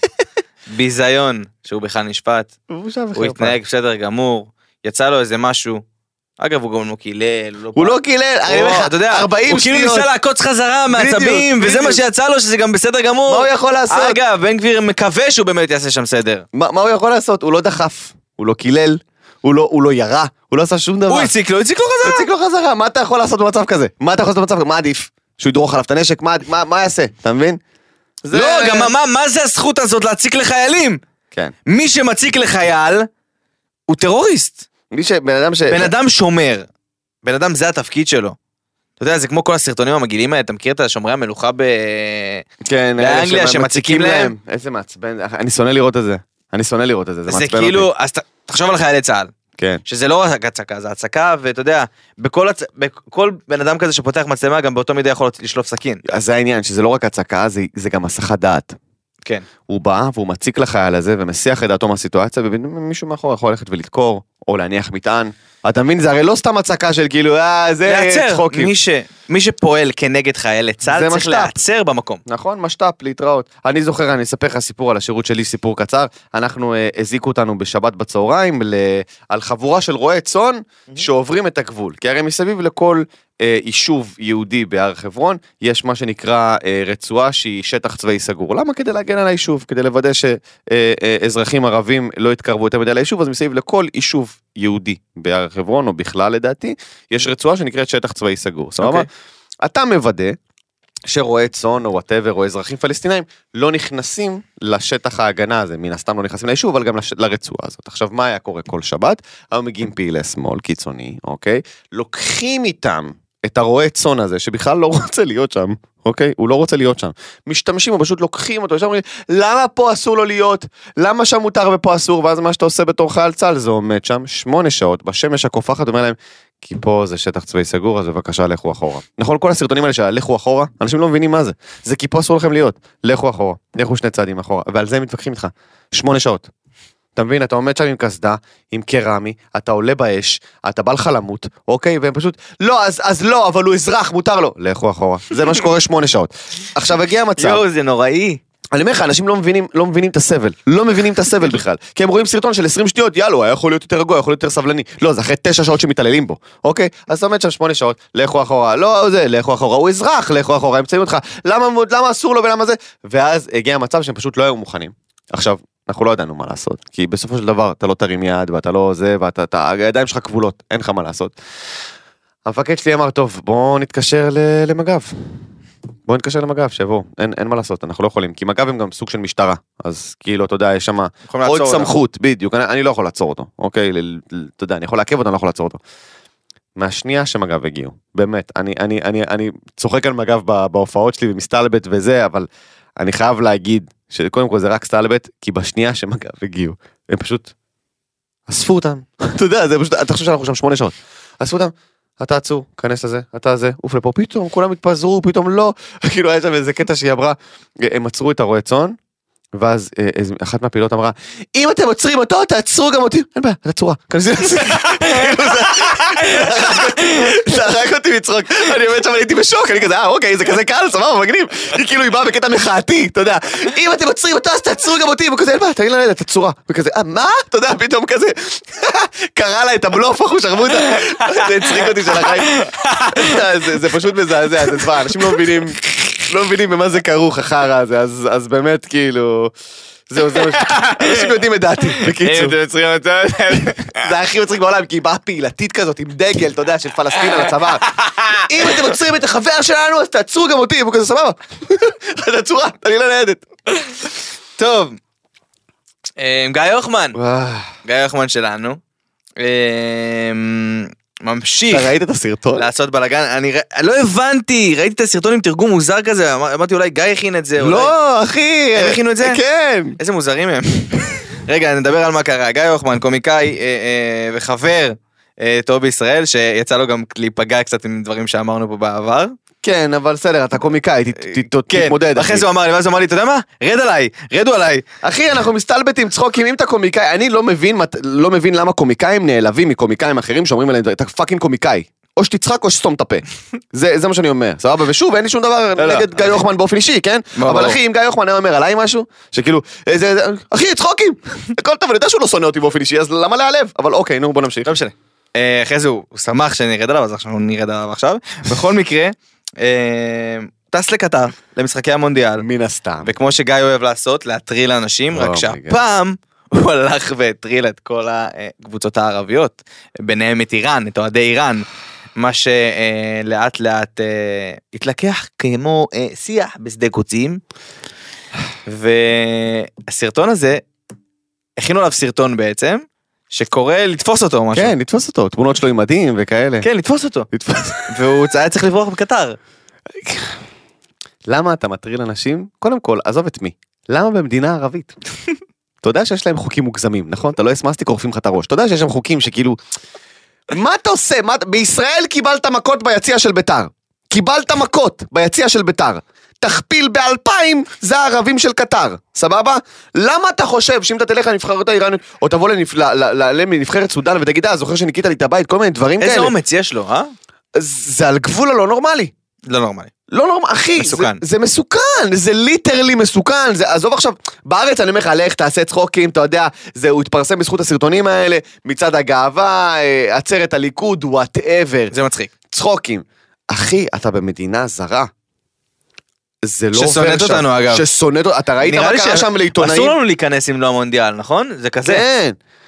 ביזיון, שהוא בכלל נשפט. הוא התנהג בסדר גמור, יצא לו איזה משהו, אגב, הוא גם לא קילל, הוא לא קילל, אני אומר לך, אתה יודע, ארבעים שניות. הוא כאילו ניסה לעקוץ חזרה מעצבים, וזה מה שיצא לו, שזה גם בסדר גמור. מה הוא יכול לעשות? אגב, בן גביר מקווה שהוא באמת יעשה שם סדר. מה הוא יכול לעשות? הוא לא דחף, הוא לא קילל, הוא לא ירה, הוא לא עשה שום דבר. הוא הציק לו, הציק לו חזרה. הציק לו חזרה, מה אתה יכול לעשות במצב כזה? מה אתה יכול לעשות במצב כזה? מה עדיף? שהוא ידרוך עליו את הנשק? מה יעשה? אתה מבין? לא, גם מה זה הזכות הזאת להציק לחיילים? כן. מי שמציק לחייל, הוא טרוריסט. מי שבן אדם ש... בן אדם שומר. בן אדם זה התפקיד שלו. אתה יודע, זה כמו כל הסרטונים המגעילים האלה, אתה מכיר את השומרי המלוכה ב... כן, באנגליה שמציקים להם? איזה מעצבן, אני שונא לראות את זה. אני שונא לראות את זה, זה מעצבן אותי. זה כאילו, אז תחשוב על חיילי צה"ל. כן. שזה לא רק הצקה, זה הצקה, ואתה יודע, בכל, הצ... בכל בן אדם כזה שפותח מצלמה, גם באותו מידה יכול לשלוף סכין. אז זה העניין, שזה לא רק הצקה, זה, זה גם הסחת דעת. כן. הוא בא והוא מציק לחייל הזה, ומסיח את דעתו מהסיטואציה, ומישהו מאחור יכול ללכת ולדקור, או להניח מטען. אתה מבין, זה הרי לא סתם הצקה של כאילו, אה, זה צחוקים. מי, ש... מי שפועל כנגד חיילי צה"ל צריך לעצר במקום. נכון, משת"פ, להתראות. אני זוכר, אני אספר לך סיפור על השירות שלי, סיפור קצר. אנחנו אה, הזיקו אותנו בשבת בצהריים, ל... על חבורה של רועי צאן, mm-hmm. שעוברים את הגבול. כי הרי מסביב לכל אה, יישוב יהודי בהר חברון, יש מה שנקרא אה, רצועה שהיא שטח צבאי סגור. למה? כדי להגן על היישוב, כדי לוודא שאזרחים אה, אה, ערבים לא יתקרבו יותר מדי ליישוב, אז מסביב לכל יישוב יהודי בהר חברון, או בכלל לדעתי, יש רצועה שנקראת שטח צבאי סגור. סבבה? אתה מוודא שרועי צאן או whatever, או אזרחים פלסטינאים, לא נכנסים לשטח ההגנה הזה, מן הסתם לא נכנסים ליישוב, אבל גם לרצועה הזאת. עכשיו, מה היה קורה כל שבת? היו מגיעים פעילי שמאל, קיצוני, אוקיי? לוקחים איתם את הרועי צאן הזה, שבכלל לא רוצה להיות שם, אוקיי? הוא לא רוצה להיות שם. משתמשים, או פשוט לוקחים אותו, אומרים, למה פה אסור לו להיות? למה שם מותר ופה אסור? ואז מה שאתה עושה בתור חייל צה"ל, זה עומד שם שמונה שעות, בשמש הקופחת, אומר להם, כי פה זה שטח צבאי סגור, אז בבקשה, לכו אחורה. נכון, כל הסרטונים האלה של לכו אחורה, אנשים לא מבינים מה זה. זה כי פה אסור לכם להיות. לכו אחורה, לכו שני צעדים אחורה, ועל זה הם מתווכחים איתך. שמונה שעות. אתה מבין, אתה עומד שם עם קסדה, עם קרמי, אתה עולה באש, אתה בא לך למות, אוקיי? והם פשוט, לא, אז, אז לא, אבל הוא אזרח, מותר לו. לכו אחורה. זה מה שקורה שמונה שעות. עכשיו הגיע המצב. יואו, זה נוראי. אני אומר לך, אנשים לא מבינים, לא מבינים את הסבל. לא מבינים את הסבל בכלל. כי הם רואים סרטון של עשרים שניות, יאללה, הוא היה יכול להיות יותר רגוע, יכול להיות יותר סבלני. לא, זה אחרי תשע שעות שמתעללים בו. אוקיי? אז אתה עומד שם שמונה שעות, לכו אחורה. לא, זה, לכו אחורה. הוא אזרח, לכו אחורה. הם ציינו אותך. למה, למה אסור לו ולמה זה? ואז הגיע המצב שהם פשוט לא היו מוכנים. עכשיו, אנחנו לא ידענו מה לעשות. כי בסופו של דבר, אתה לא תרים יד, ואתה לא זה, ואתה, אתה, הידיים שלך כבולות. אין לך מה לעשות. המפקד שלי אמר, טוב, בוא נתקשר למג"ב. בוא נתקשר למג"ב, שיבואו, אין, אין מה לעשות, אנחנו לא יכולים, כי מג"ב הם גם סוג של משטרה, אז כאילו, אתה יודע, יש שם עוד סמכות, בדיוק, אני, אני לא יכול לעצור אותו, אוקיי, אתה יודע, אני יכול לעכב אותו, אני לא יכול לעצור אותו. מהשנייה שמג"ב הגיעו, באמת, אני, אני, אני, אני צוחק על מג"ב בהופעות שלי, ומסתלבט וזה, אבל אני חייב להגיד, שקודם כל זה רק סתלבט, כי בשנייה שמג"ב הגיעו, הם פשוט אספו אותם, אתה יודע, זה פשוט, אתה חושב שאנחנו שם שמונה שעות, אספו אותם, אתה עצור, כנס לזה, אתה זה, אוף לפה, פתאום כולם התפזרו, פתאום לא, כאילו היה שם איזה קטע שהיא אמרה, הם עצרו את הרועה צאן, ואז אחת מהפעילות אמרה, אם אתם עוצרים אותו, תעצרו גם אותי, אין בעיה, אתה צורה, כנסי לזה, זה הרג אותי מצחוק, אני באמת שם הייתי בשוק, אני כזה, אה אוקיי, זה כזה קל, סבבה, מגניב, כאילו היא באה בקטע מחאתי, אתה יודע, אם אתם עוצרים אותו, אז תעצרו גם אותי, וכזה, אין בעיה, תגיד לה, אתה צורה, וכזה, אה, מה? אתה יודע, פתאום כזה, קרא לה את הבלוף, אחו שרמוטה, זה הצחיק אותי של החיים, זה פשוט מזעזע, זה צבא, אנשים לא מבינים, לא מבינים במה זה כרוך החרא הזה, אז, אז באמת כאילו, זהו, זהו, אנשים יודעים את דעתי, בקיצור. זה הכי מצחיק בעולם, כי היא באה פעילתית כזאת, עם דגל, אתה יודע, של פלסטין על הצבא. אם אתם עוצרים את החבר שלנו, אז תעצרו גם אותי, והוא כזה סבבה. אתה צורה, אני לא ניידת. טוב, גיא יוחמן, גיא יוחמן שלנו, ממשיך. אתה ראית את הסרטון? לעשות בלגן, אני לא הבנתי, ראיתי את הסרטון עם תרגום מוזר כזה, אמרתי אולי גיא הכין את זה. לא, אחי. הם הכינו את זה? כן. איזה מוזרים הם. רגע, נדבר על מה קרה. גיא יוחמן, קומיקאי וחבר טוב בישראל, שיצא לו גם להיפגע קצת עם דברים שאמרנו פה בעבר. כן, אבל בסדר, אתה קומיקאי, תתמודד. אחרי זה הוא אמר לי, ואז הוא אמר לי, אתה יודע מה? רד עליי, רדו עליי. אחי, אנחנו מסתלבטים, צחוקים, אם אתה קומיקאי, אני לא מבין, לא מבין למה קומיקאים נעלבים מקומיקאים אחרים שאומרים עליהם, אתה פאקינג קומיקאי. או שתצחק או שסתום את הפה. זה מה שאני אומר, סבבה, ושוב, אין לי שום דבר נגד גיא יוחמן באופן אישי, כן? אבל אחי, אם גיא יוחמן היה אומר עליי משהו, שכאילו, אחי, צחוקים, הכל טוב, אני יודע שהוא לא שונא אותי באופן אישי, אז למה להעלב? אבל אוקיי, נו, בוא נמשיך. לא משנה. אחרי זה הוא שמח שנרד עליו, אז אנחנו נרד עליו עכשיו. בכל מקרה, טס לקטר, למשחקי המונדיאל. מן הסתם. וכמו שגיא אוהב לעשות, להטריל לאנשים, רק שהפעם הוא הלך והטריל את כל הקבוצות הערביות, ביניהם את איראן, את אוהדי איראן, מה שלאט לאט התלקח כמו שיח בשדה קוצים, והסרטון הזה, הכינו עליו סרטון בעצם, שקורא לתפוס אותו או משהו. כן, לתפוס אותו, תמונות שלו עם מדים וכאלה. כן, לתפוס אותו. והוא היה צריך לברוח בקטר. למה אתה מטריל אנשים? קודם כל, עזוב את מי. למה במדינה ערבית? אתה יודע שיש להם חוקים מוגזמים, נכון? אתה לא אסמסטיק, עורפים לך את הראש. אתה יודע שיש להם חוקים שכאילו... מה אתה עושה? בישראל קיבלת מכות ביציע של ביתר. קיבלת מכות ביציע של ביתר. תכפיל באלפיים, זה הערבים של קטר. סבבה? למה אתה חושב שאם אתה תלך לנבחרת האיראנית, או תבוא לנבחרת סודן ותגיד, אה, זוכר שניקית לי את הבית, כל מיני דברים כאלה. איזה אומץ יש לו, אה? זה על גבול הלא נורמלי. לא נורמלי. לא נורמלי, אחי, מסוכן. זה, זה מסוכן, זה ליטרלי מסוכן, זה, עזוב עכשיו, בארץ אני אומר לך, לך תעשה צחוקים, אתה יודע, זה, הוא התפרסם בזכות הסרטונים האלה, מצד הגאווה, עצרת הליכוד, whatever. זה מצחיק. צחוקים. אחי, אתה במדינה זרה. זה לא עובר שם. ששונאת אותנו אגב. ששונאת אותנו, אתה ראית מה קרה שם לעיתונאים? אסור לנו להיכנס עם לא המונדיאל, נכון? זה כזה. כן.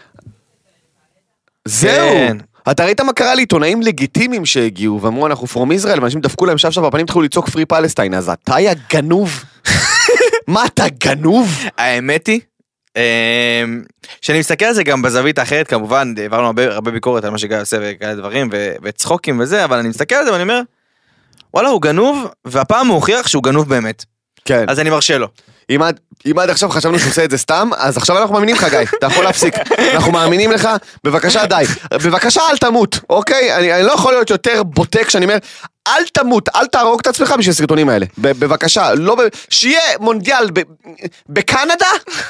זהו. כן. אתה ראית מה קרה לעיתונאים לגיטימיים שהגיעו, ואמרו אנחנו פרום ישראל, ואנשים דפקו להם שב שב, והפנים התחילו לצעוק פרי פלסטיין, אז אתה היה גנוב? מה אתה גנוב? האמת היא, שאני מסתכל על זה גם בזווית האחרת, כמובן, העברנו הרבה ביקורת על מה שגיא עושה וכאלה דברים, וצחוקים וזה, אבל אני מסתכל על זה ואני אומר, וואלה, הוא גנוב, והפעם הוא הוכיח שהוא גנוב באמת. כן. אז אני מרשה לו. אם עד, אם עד עכשיו חשבנו שעושה את זה סתם, אז עכשיו אנחנו מאמינים לך, גיא. אתה יכול להפסיק. אנחנו מאמינים לך, בבקשה די. בבקשה אל תמות, אוקיי? אני, אני לא יכול להיות יותר בוטק שאני אומר, אל תמות, אל תהרוג את עצמך בשביל הסרטונים האלה. בבקשה, לא ב... שיהיה מונדיאל ב... בקנדה,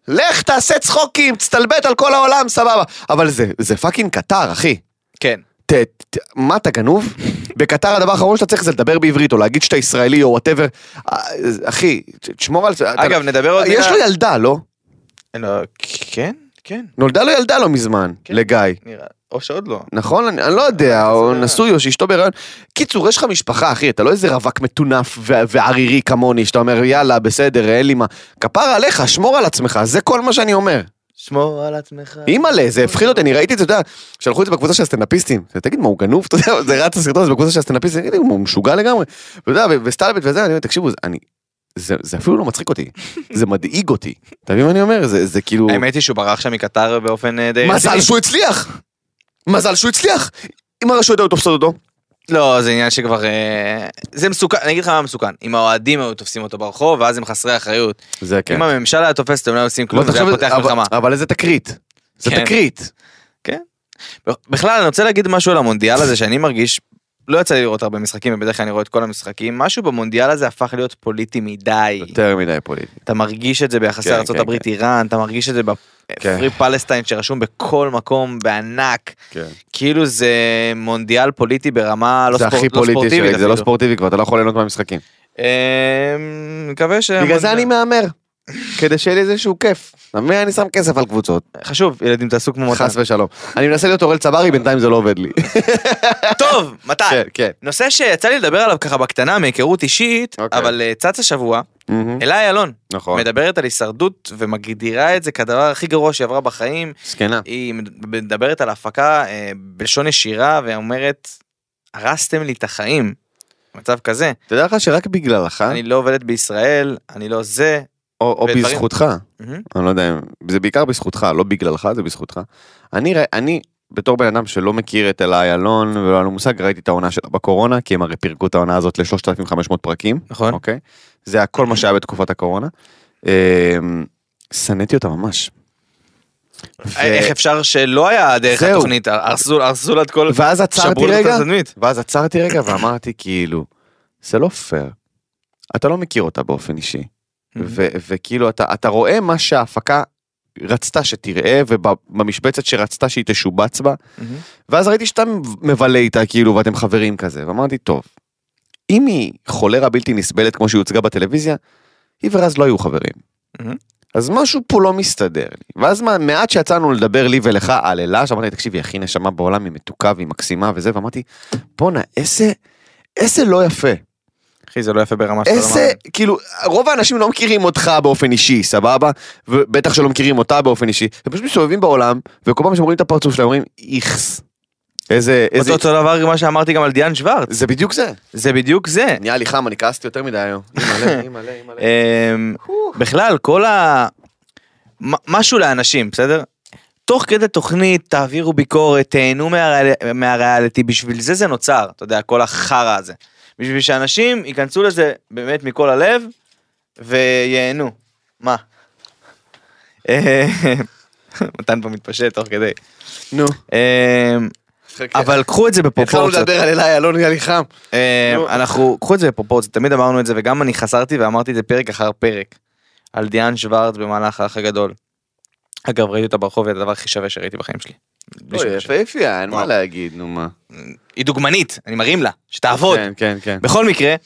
לך תעשה צחוקים, תסתלבט על כל העולם, סבבה. אבל זה, זה פאקינג קטר, אחי. כן. ת, ת, מה אתה גנוב? בקטר הדבר האחרון שאתה צריך זה לדבר בעברית, או להגיד שאתה ישראלי, או whatever. אחי, תשמור על זה. אגב, אתה... נדבר עוד... יש לו ילדה, לא? לא, כן, כן. נולדה לו ילדה לא מזמן, כן. לגיא. נראה, או שעוד לא. נכון, אני, אני לא יודע, או נשוי, או שאשתו ברעיון. קיצור, יש לך משפחה, אחי, אתה לא איזה רווק מטונף וערירי כמוני, שאתה אומר, יאללה, בסדר, אין לי מה. כפר עליך, שמור על עצמך, זה כל מה שאני אומר. שמור על עצמך. אימא'לה, זה הפחיד אותי, אני ראיתי את זה, אתה יודע, שלחו את זה בקבוצה של הסטנדאפיסטים, תגיד מה הוא גנוב, אתה יודע, זה רץ הסרטון הזה בקבוצה של הסטנדאפיסטים, תגיד, הוא משוגע לגמרי, אתה יודע, וסטלבט וזה, אני אומר, תקשיבו, אני, זה, זה אפילו לא מצחיק אותי, זה מדאיג אותי, אתה מבין מה אני אומר, זה, זה כאילו... האמת היא שהוא ברח שם מקטר באופן די... מזל שהוא הצליח, מזל שהוא הצליח, אם הרשויות היו תופסות אותו. לא, זה עניין שכבר... זה מסוכן, אני אגיד לך מה מסוכן, אם האוהדים היו תופסים אותו ברחוב, ואז הם חסרי אחריות. זה כן. אם הממשלה היה תופסת, הם לא עושים כלום, זה היה פותח מלחמה. אבל איזה תקרית. זה תקרית. כן. בכלל, אני רוצה להגיד משהו על המונדיאל הזה, שאני מרגיש, לא יצא לי לראות הרבה משחקים, ובדרך כלל אני רואה את כל המשחקים, משהו במונדיאל הזה הפך להיות פוליטי מדי. יותר מדי פוליטי. אתה מרגיש את זה ביחסי ארצות הברית איראן, אתה מרגיש את זה בפרי פלסטיין שרשום בכל מקום בענק. כאילו זה מונדיאל פוליטי ברמה לא ספורטיבית. זה הכי פוליטי, זה לא ספורטיבי כבר, אתה לא יכול ליהנות מהמשחקים. מקווה ש... בגלל זה אני מאמר. כדי שיהיה לי איזשהו כיף. אני שם כסף על קבוצות. חשוב, ילדים תעשו כמו מתן. חס ושלום. אני מנסה להיות אורל צברי, בינתיים זה לא עובד לי. טוב, מתן. נושא שיצא לי לדבר עליו ככה בקטנה, מהיכרות אישית, אבל צץ השבוע, אלה אלון. מדברת על הישרדות, ומגדירה את זה כדבר הכי גרוע שעברה בחיים. סקנה. היא מדברת על הפקה בלשון ישירה, ואומרת, הרסתם לי את החיים. מצב כזה. אתה יודע לך שרק בגללך? אני לא עובדת בישראל, אני לא זה. או, או בזכותך, אני לא יודע, זה בעיקר בזכותך, לא בגללך, זה בזכותך. אני, אני, בתור בן אדם שלא מכיר את אלה אלון, ולא היה לו מושג, ראיתי את העונה שלה בקורונה, כי הם הרי פירקו את העונה הזאת ל-שלושת אלפים וחמש מאות פרקים. נכון. אוקיי? זה היה כל מה שהיה בתקופת הקורונה. סניתי אותה ממש. איך אפשר שלא היה דרך התוכנית, הרסו לה את כל... ואז עצרתי רגע, ואז עצרתי רגע, ואמרתי כאילו, זה לא פייר. אתה לא מכיר אותה באופן אישי. וכאילו אתה, אתה רואה מה שההפקה רצתה שתראה, ובמשבצת שרצתה שהיא תשובץ בה, ואז ראיתי שאתה מבלה איתה כאילו, ואתם חברים כזה, ואמרתי, טוב, אם היא חולרה בלתי נסבלת כמו שהיא הוצגה בטלוויזיה, היא ורז לא היו חברים. אז משהו פה לא מסתדר לי. ואז מעט שיצאנו לדבר לי ולך על אלה, שאמרתי, תקשיב, היא הכי נשמה בעולם, היא מתוקה והיא מקסימה וזה, ואמרתי, בונה, איזה, איזה לא יפה. אחי, זה לא יפה ברמה של איזה, כאילו, רוב האנשים לא מכירים אותך באופן אישי, סבבה? ובטח שלא מכירים אותה באופן אישי. הם פשוט מסתובבים בעולם, וכל פעם שאומרים את הפרצוף שלהם, אומרים, איכס. איזה, איזה... אותו דבר מה שאמרתי גם על דיאן שוורץ. זה בדיוק זה. זה בדיוק זה. נהיה לי חם, אני כעסתי יותר מדי היום. אימא'לה, אימא'לה, אימא'לה. בכלל, כל ה... משהו לאנשים, בסדר? תוך כדי תוכנית, תעבירו ביקורת, תהנו מהריאליטי, בשביל זה זה נוצר, אתה יודע, כל החרא הזה. בשביל שאנשים ייכנסו לזה באמת מכל הלב, וייהנו. מה? מתן פה מתפשט תוך כדי. נו. אבל קחו את זה בפרופורציות. התחלנו לדבר על אליי, אלון נהיה לי חם. אנחנו, קחו את זה בפרופורציות, תמיד אמרנו את זה, וגם אני חסרתי ואמרתי את זה פרק אחר פרק, על דיאן שוורץ במהלך האח הגדול. אגב, ראיתי אותה ברחוב, זה הדבר הכי שווה שראיתי בחיים שלי. אוי, יפה יפה, אין מה להגיד, נו מה. היא דוגמנית, אני מרים לה, שתעבוד. כן, כן, כן. בכל מקרה,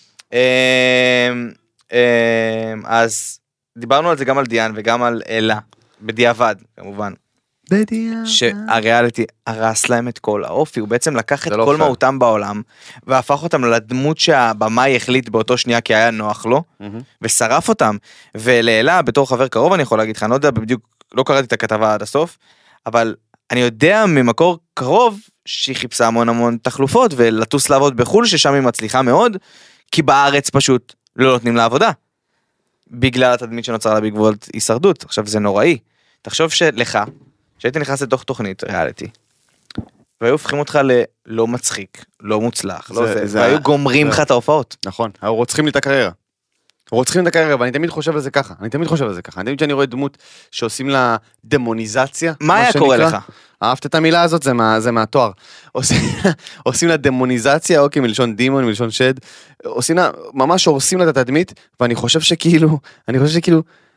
אז דיברנו על זה גם על דיאן וגם על אלה, בדיעבד, כמובן. בדיעבד. שהריאליטי הרס להם את כל האופי, הוא בעצם לקח את כל מהותם בעולם, והפך אותם לדמות שהבמאי החליט באותו שנייה כי היה נוח לו, ושרף אותם. ולאלה, בתור חבר קרוב, אני יכול להגיד לך, אני לא יודע בדיוק, לא קראתי את הכתבה עד הסוף, אבל אני יודע ממקור קרוב שהיא חיפשה המון המון תחלופות, ולטוס לעבוד בחול, ששם היא מצליחה מאוד, כי בארץ פשוט לא נותנים לעבודה. בגלל התדמית שנוצרה לה בעקבות הישרדות. עכשיו זה נוראי. תחשוב שלך, שהייתי נכנס לתוך תוכנית ריאליטי, והיו הופכים אותך ללא מצחיק, לא מוצלח, לא זה, זה, והיו גומרים לך את ההופעות. נכון, היו רוצחים לי את הקריירה. רוצחים את הקריירה, ואני תמיד חושב על זה ככה, אני תמיד חושב על זה ככה, אני תמיד שאני רואה דמות שעושים לה דמוניזציה. מה היה קורה לך? אהבת את המילה הזאת, זה, מה, זה מהתואר. עושים, עושים לה דמוניזציה, אוקיי, מלשון דימון, מלשון שד, עושים לה, ממש הורסים לה את התדמית, ואני חושב שכאילו, אני חושב שכאילו,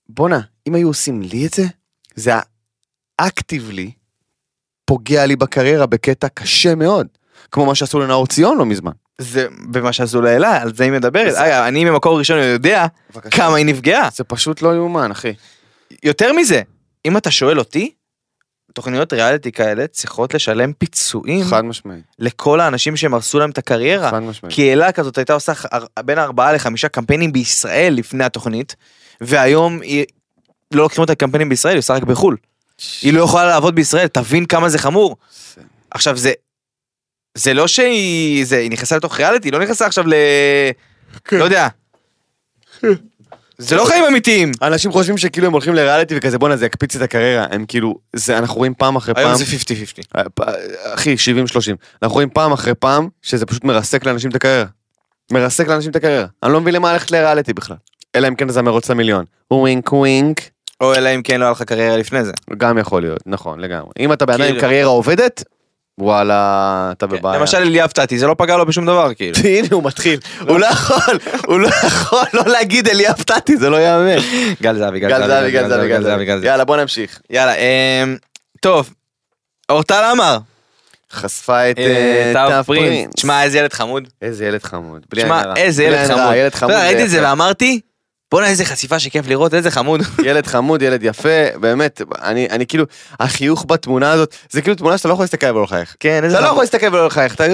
בונה, אם היו עושים לי את זה, זה אקטיבלי פוגע לי בקריירה בקטע קשה מאוד, כמו מה שעשו לנאור ציון לא מזמן. זה במה שעשו לאלה, על זה היא מדברת. אגב, אני ממקור ראשון יודע כמה היא נפגעה. זה פשוט לא יאומן, אחי. יותר מזה, אם אתה שואל אותי, תוכניות ריאליטי כאלה צריכות לשלם פיצויים חד משמעי. לכל האנשים שהם הרסו להם את הקריירה. חד משמעי. כי אלה כזאת הייתה עושה בין ארבעה לחמישה קמפיינים בישראל לפני התוכנית, והיום היא לא לוקחים אותה קמפיינים בישראל, היא עושה רק בחול. היא לא יכולה לעבוד בישראל, תבין כמה זה חמור. עכשיו זה, זה לא שהיא, זה, היא נכנסה לתוך ריאליטי, היא לא נכנסה עכשיו ל... לא יודע. זה לא חיים אמיתיים. אנשים חושבים שכאילו הם הולכים לריאליטי וכזה, בוא נזה, יקפיץ את הקריירה, הם כאילו, זה, אנחנו רואים פעם אחרי פעם. היום זה חמישים חמישים. אחי, שבעים שלושים. אנחנו רואים פעם אחרי פעם, שזה פשוט מרסק לאנשים את הקריירה. מרסק לאנשים את הקריירה. אני לא מבין למה הלכת לריאליטי בכלל. אלא אם כן זה מרוץ למיליון. ווינק ווינק. או אלא אם כן לא הלכה קריירה לפני זה. גם יכול להיות, נכון, לגמרי. אם אתה בעדיין עם קריירה עובדת, וואלה, אתה בבעיה. למשל אליאב טאטי, זה לא פגע לו בשום דבר, כאילו. הנה, הוא מתחיל. הוא לא יכול, הוא לא יכול לא להגיד אליאב טאטי, זה לא יאמן. גל זהבי, גל זהבי, גל זהבי, גל זהבי. יאללה, בוא נמשיך. יאללה, טוב, אורטל אמר. חשפה את תאו פרינס. תשמע, איזה ילד חמוד. איזה ילד חמוד. תשמע, איזה ילד חמוד. ראיתי את זה ואמרתי, בוא'נה איזה חשיפה שכיף לראות, איזה חמוד. ילד חמוד, ילד יפה, באמת, אני, אני כאילו, החיוך בתמונה הזאת, זה כאילו תמונה שאתה לא יכול להסתכל ולא לחייך. כן, איזה חמוד. אתה לא יכול להסתכל ולא לחייך, אתה...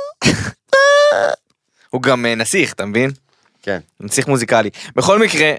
הוא גם נסיך, אתה מבין? כן. נסיך מוזיקלי. בכל מקרה,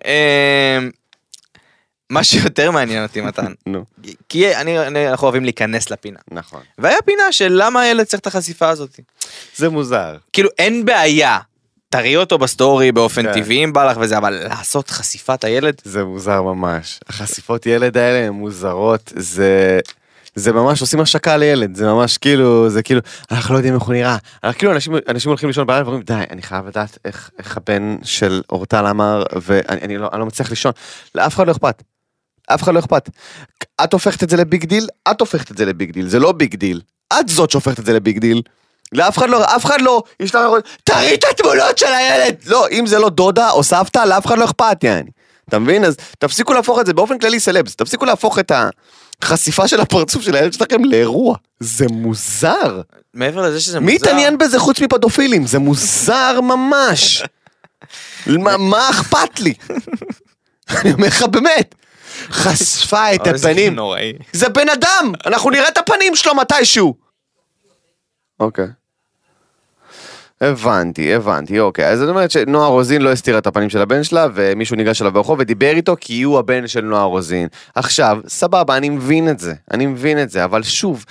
מה שיותר מעניין אותי מתן, כי אנחנו אוהבים להיכנס לפינה. נכון. והיה פינה של למה הילד צריך את החשיפה הזאת. זה מוזר. כאילו אין בעיה. תראי אותו בסטורי באופן טבעי אם בא לך וזה, אבל לעשות חשיפת הילד? זה מוזר ממש. החשיפות ילד האלה הן מוזרות, זה... זה ממש עושים השקה לילד, זה ממש כאילו, זה כאילו, אנחנו לא יודעים איך הוא נראה. אנחנו כאילו, אנשים, אנשים הולכים לישון בלילה ואומרים, די, אני חייב לדעת איך, איך הבן של אורטל אמר, ואני אני לא, אני לא מצליח לישון. לאף אחד לא אכפת. אף אחד לא אכפת. את הופכת את זה לביג דיל, את הופכת את זה לביג דיל, זה לא ביג דיל. את זאת שהופכת את זה לביג דיל. לאף אחד לא, אף אחד לא, יש לך, תראי את התמונות של הילד. לא, אם זה לא דודה או סבתא, לאף אחד לא אכפת, יעני. אתה מבין? אז תפסיקו להפוך את זה באופן כללי סלבס, תפסיקו להפוך את החשיפה של הפרצוף של הילד שלכם לאירוע. זה מוזר. מעבר לזה שזה מוזר. מי התעניין בזה חוץ מפדופילים? זה מוזר ממש. מה, מה אכפת לי? אני אומר לך באמת. חשפה את הפנים. זה בן אדם, אנחנו נראה את הפנים שלו מתישהו. אוקיי. הבנתי, הבנתי, אוקיי. אז זאת אומרת שנועה רוזין לא הסתירה את הפנים של הבן שלה, ומישהו ניגש אליו ברחוב ודיבר איתו כי הוא הבן של נועה רוזין. עכשיו, סבבה, אני מבין את זה, אני מבין את זה, אבל שוב,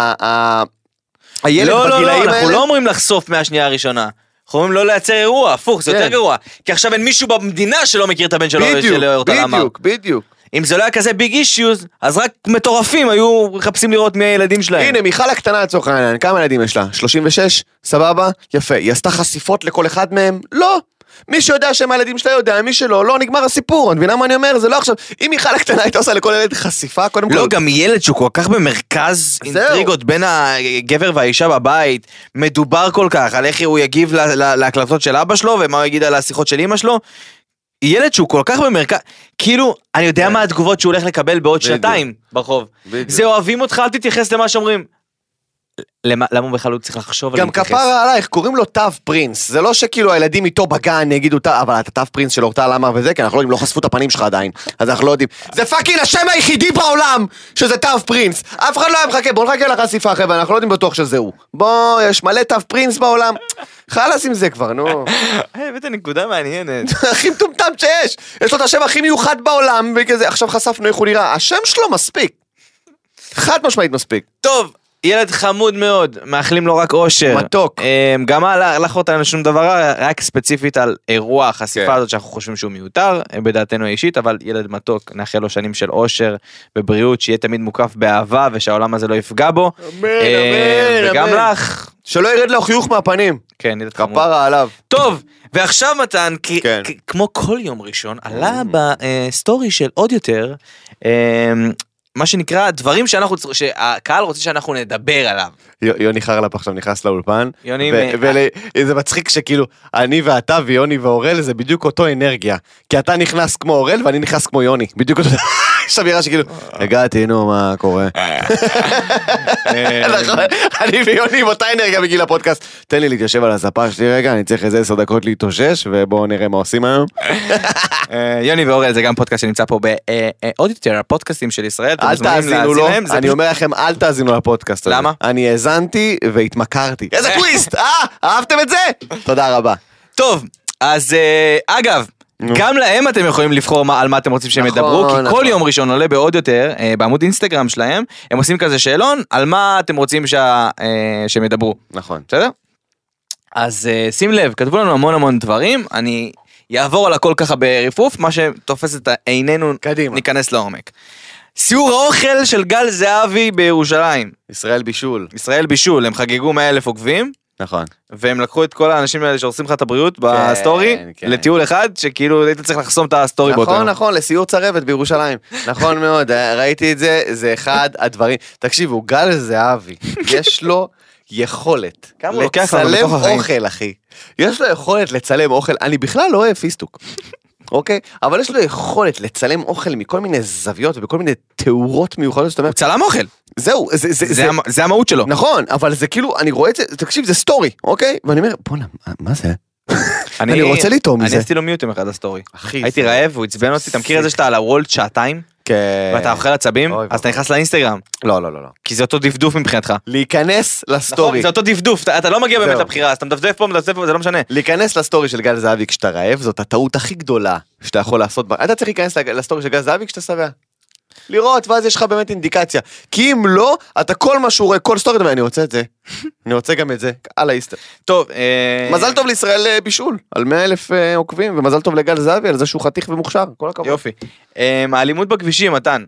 הילד בגילאים האלה... אנחנו לא אומרים לחשוף מהשנייה הראשונה. אנחנו אומרים לא לייצר אירוע, הפוך, זה יותר גרוע. כי עכשיו אין מישהו במדינה שלא מכיר את הבן שלו של אורטל אמר. בדיוק, בדיוק. אם זה לא היה כזה ביג אישיוז, אז רק מטורפים היו מחפשים לראות מי הילדים שלהם. הנה, מיכל הקטנה לצורך העניין, כמה ילדים יש לה? שלושים ושש? סבבה? יפה. היא עשתה חשיפות לכל אחד מהם? לא. מי שיודע שהם הילדים שלה יודע, מי שלא, לא, נגמר הסיפור. אני מבינה מה אני אומר? זה לא עכשיו, אם מיכל הקטנה הייתה עושה לכל ילד חשיפה, קודם כל... לא, גם ילד שהוא כל כך במרכז אינטריגות בין הגבר והאישה בבית, מדובר כל כך על איך הוא יגיב להקלטות של אבא שלו, ומה הוא יגיד על השיחות של אמא שלו. ילד שהוא כל כך במרכז, כאילו, אני יודע מה התגובות שהוא הולך לקבל בעוד שנתיים ברחוב. זה אוהבים אותך, אל תתייחס למה שאומרים. למה הוא בכלל הוא צריך לחשוב גם כפרה עלייך, קוראים לו תו פרינס. זה לא שכאילו הילדים איתו בגן יגידו, אבל אתה תו פרינס של אורטל אמר וזה, כי אנחנו לא יודעים, לא חשפו את הפנים שלך עדיין. אז אנחנו לא יודעים. זה פאקינג השם היחידי בעולם שזה תו פרינס. אף אחד לא היה מחכה, בוא נחכה לחשיפה אחרי, ואנחנו לא יודעים בטוח שזה הוא. בוא, יש מלא תו פרינס בעולם. חלס עם זה כבר, נו. הבאת נקודה מעניינת. הכי מטומטם שיש. יש לו את השם הכי מיוחד בעולם, וכזה, עכשיו חשפנו איך הוא נראה. השם שלו מספיק. חד משמעית מספיק. טוב. ילד חמוד מאוד, מאחלים לו רק אושר. מתוק. גם הלך אותנו שום דבר, רק ספציפית על אירוע החשיפה הזאת שאנחנו חושבים שהוא מיותר, בדעתנו האישית, אבל ילד מתוק, נאחל לו שנים של אושר ובריאות, שיהיה תמיד מוקף באהבה, ושהעולם הזה לא יפגע בו. אמן, אמן, וגם אמן. לך. שלא ירד לו חיוך מהפנים. כן, ילד חמוד. כפרה עליו. טוב, ועכשיו מתן, כן. כמו כל יום ראשון, עלה בסטורי של עוד יותר, מה שנקרא, דברים שאנחנו, שהקהל רוצה שאנחנו נדבר עליו. יוני חרלפ עכשיו נכנס לאולפן, יוני... וזה מצחיק שכאילו, אני ואתה ויוני ואורל זה בדיוק אותו אנרגיה, כי אתה נכנס כמו אורל ואני נכנס כמו יוני, בדיוק אותו... עכשיו נראה שכאילו, הגעתי, נו, מה קורה? אני ויוני עם אותה אנרגיה בגיל הפודקאסט, תן לי להתיישב על הספה שלי רגע, אני צריך איזה עשר דקות להתאושש, ובואו נראה מה עושים היום. יוני ואורל זה גם פודקאסט שנמצא פה בעוד יותר, הפודקאסטים של ישראל. אל תאזינו לו, אני אומר לכם, אל תאזינו לפודקאסט הזה. למה? אני האזנתי והתמכרתי. איזה טוויסט, אה, אהבתם את זה? תודה רבה. טוב, אז אגב, גם להם אתם יכולים לבחור על מה אתם רוצים שהם ידברו, כי כל יום ראשון עולה בעוד יותר, בעמוד אינסטגרם שלהם, הם עושים כזה שאלון, על מה אתם רוצים שהם ידברו. נכון. בסדר? אז שים לב, כתבו לנו המון המון דברים, אני יעבור על הכל ככה ברפוף, מה שתופס את עינינו, ניכנס לעומק. סיור האוכל של גל זהבי בירושלים. ישראל בישול. ישראל בישול, הם חגגו מאה אלף עוקבים. נכון. והם לקחו את כל האנשים האלה שעושים לך את הבריאות בסטורי, לטיול אחד, שכאילו היית צריך לחסום את הסטורי באותו. נכון, נכון, לסיור צרבת בירושלים. נכון מאוד, ראיתי את זה, זה אחד הדברים. תקשיבו, גל זהבי, יש לו יכולת לצלם אוכל, אחי. יש לו יכולת לצלם אוכל, אני בכלל לא אוהב פיסטוק. אוקיי? אבל יש לו יכולת לצלם אוכל מכל מיני זוויות ובכל מיני תאורות מיוחדות, זאת אומרת, הוא צלם אוכל. זהו, זה, זה, זה, זה המהות שלו. נכון, אבל זה כאילו, אני רואה את זה, תקשיב, זה סטורי, אוקיי? ואני אומר, בוא, מה זה? אני רוצה לטעום מזה. אני עשיתי לו מיוט עם אחד הסטורי. הייתי רעב, הוא הצבן אותי, אתה מכיר את זה שאתה על הוולד שעתיים? ואתה אוכל עצבים, אז אתה נכנס לאינסטגרם. לא, לא, לא. כי זה אותו דפדוף מבחינתך. להיכנס לסטורי. נכון, זה אותו דפדוף, אתה לא מגיע באמת לבחירה, אז אתה מדפדף פה, מדפדף פה, זה לא משנה. להיכנס לסטורי של גל זהבי כשאתה רעב, זאת הטעות הכי גדולה שאתה יכול לעשות. אתה צריך להיכנס לסטורי של גל זהבי כשאתה שבע. לראות, ואז יש לך באמת אינדיקציה. כי אם לא, אתה כל מה שהוא רואה, כל סטורי, אני רוצה את זה. אני רוצה גם את זה. על האיסטר. טוב, מזל טוב לישראל בישול, על מאה אלף עוקבים, ומזל טוב לגל זהבי, על זה שהוא חתיך ומוכשר. כל הכבוד. יופי. האלימות בכבישים, מתן.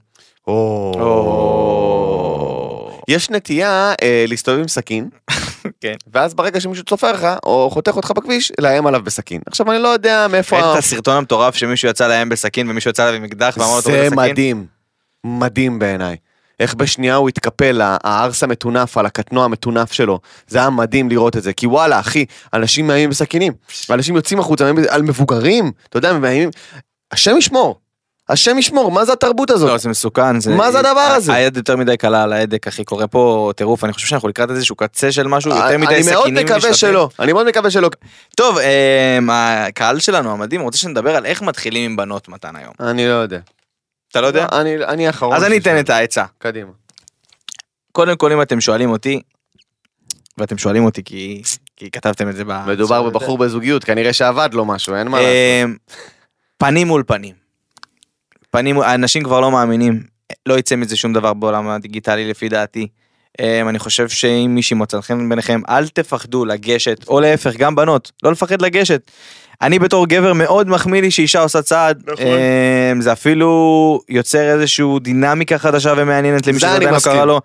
יש נטייה להסתובב עם סכין, ואז ברגע שמישהו צופר לך, או חותך אותך בכביש, לאיים עליו בסכין. עכשיו אני לא יודע מאיפה... ראית את הסרטון המטורף שמישהו יצא לאיים בסכין, ומישהו יצא עליו עם אקדח, ואמר לו זה מדהים, מדהים בעיניי. איך בשנייה הוא התקפל, הארס המטונף, על הקטנוע המטונף שלו. זה היה מדהים לראות את זה, כי וואלה, אחי, אנשים מאיימים בסכינים, אנשים יוצאים החוצה, על מבוגרים, אתה יודע, מאיימים, השם ישמור. השם ישמור, מה זה התרבות הזאת? לא, זה מסוכן. זה... מה זה הדבר הזה? היד יותר מדי קלה על ההדק, אחי, קורה פה טירוף, אני חושב שאנחנו לקראת איזשהו קצה של משהו, יותר מדי סכינים. אני מאוד מקווה שלא, אני מאוד מקווה שלא. טוב, הקהל שלנו, המדהים, רוצה שנדבר על איך מתחילים עם בנות מתן היום. אני לא יודע. אתה לא יודע? אני, אני האחרון. אז אני אתן את העצה. קדימה. קודם כל, אם אתם שואלים אותי, ואתם שואלים אותי כי, כי כתבתם את זה ב... מדובר בבחור בזוגיות, כנראה שעבד לו משהו, אין מה לעשות. פנים מול פנים. פנים, האנשים כבר לא מאמינים, לא יצא מזה שום דבר בעולם הדיגיטלי לפי דעתי. אני חושב שאם מישהי מוצא חן ביניכם, אל תפחדו לגשת, או להפך, גם בנות, לא לפחד לגשת. אני בתור גבר מאוד מחמיא לי שאישה עושה צעד, נכון. זה אפילו יוצר איזשהו דינמיקה חדשה ומעניינת למי שזה עדיין לא קרה לו.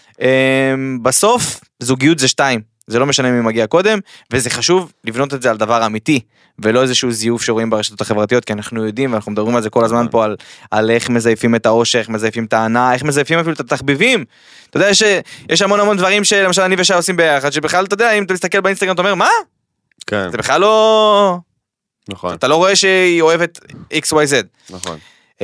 בסוף, זוגיות זה שתיים, זה לא משנה מי מגיע קודם, וזה חשוב לבנות את זה על דבר אמיתי, ולא איזשהו זיוף שרואים ברשתות החברתיות, כי אנחנו יודעים, ואנחנו מדברים על זה כל הזמן פה, על, על איך מזייפים את האושר, איך מזייפים את הענה, איך מזייפים אפילו את התחביבים. אתה יודע, יש, יש המון המון דברים שלמשל אני ושי עושים ביחד, שבכלל, אתה יודע, אם אתה מסתכל באינסטגרם, אתה אומר, מה? כן. זה בכלל לא... נכון. אתה לא רואה שהיא אוהבת אקס וואי זד. נכון.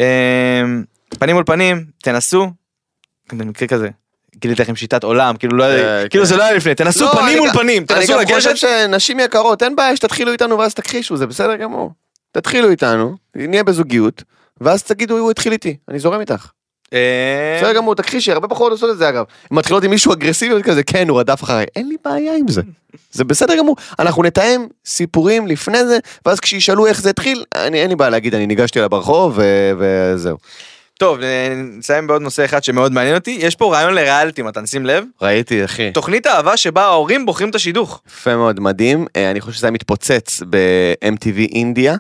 פנים מול פנים, תנסו, במקרה כזה. גיליתי לכם שיטת עולם, כאילו לא היה, כאילו זה לא היה לפני, תנסו פנים מול פנים, תנסו לגשת. אני גם חושב שנשים יקרות, אין בעיה שתתחילו איתנו ואז תכחישו, זה בסדר גמור. תתחילו איתנו, נהיה בזוגיות, ואז תגידו, הוא התחיל איתי, אני זורם איתך. בסדר גמור, תכחישי, הרבה פחות עושות את זה אגב. אם מתחילות עם מישהו אגרסיבי כזה, כן, הוא רדף אחריי, אין לי בעיה עם זה. זה בסדר גמור, אנחנו נתאם סיפורים לפני זה, ואז כשישאלו איך זה התחיל, אין לי בעיה להגיד, אני ניגשתי לה ברחוב וזהו. טוב, נסיים בעוד נושא אחד שמאוד מעניין אותי. יש פה רעיון לריאליטי, מתן, שים לב. ראיתי, אחי. תוכנית אהבה שבה ההורים בוחרים את השידוך. יפה מאוד, מדהים. אני חושב שזה היה מתפוצץ ב-אם טי וי אינדיה.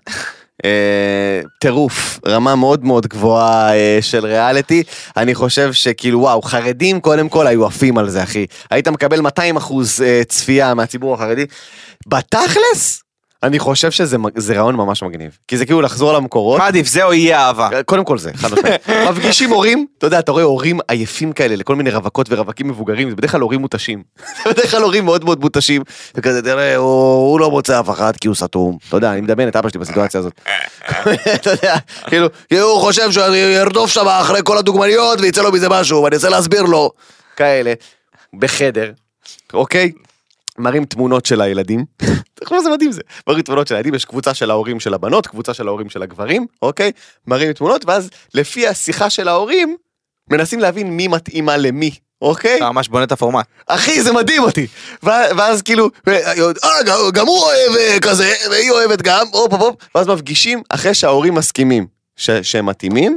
טירוף, רמה מאוד מאוד גבוהה של ריאליטי. אני חושב שכאילו וואו, חרדים קודם כל היו עפים על זה, אחי. היית מקבל מאתיים אחוז צפייה מהציבור החרדי. בתכלס, אני חושב שזה רעיון ממש מגניב, כי זה כאילו לחזור למקורות. מה עדיף, זה או יהיה אהבה? קודם כל זה, חד משמעית. מפגישים הורים, אתה יודע, אתה רואה הורים עייפים כאלה, לכל מיני רווקות ורווקים מבוגרים, זה בדרך כלל הורים מותשים. זה בדרך כלל הורים מאוד מאוד מותשים, וכזה, תראה, הוא לא מוצא אף אחד, כי הוא סתום. אתה יודע, אני מדמיין את אבא שלי בסיטואציה הזאת. אתה יודע, כאילו, הוא חושב שהוא ירדוף שם אחרי כל הדוגמניות, ויצא לו מזה משהו, ואני אצא להסביר לו. כאלה, בחדר, אוקיי? מראים תמונות של הילדים, תחשבו זה מדהים זה, מראים תמונות של הילדים, יש קבוצה של ההורים של הבנות, קבוצה של ההורים של הגברים, אוקיי? מראים תמונות, ואז לפי השיחה של ההורים, מנסים להבין מי מתאימה למי, אוקיי? אתה ממש בונה את הפורמט. אחי, זה מדהים אותי. ואז כאילו, גם הוא אוהב כזה, והיא אוהבת גם, אופ אופ, ואז מפגישים, אחרי שההורים מסכימים שהם מתאימים,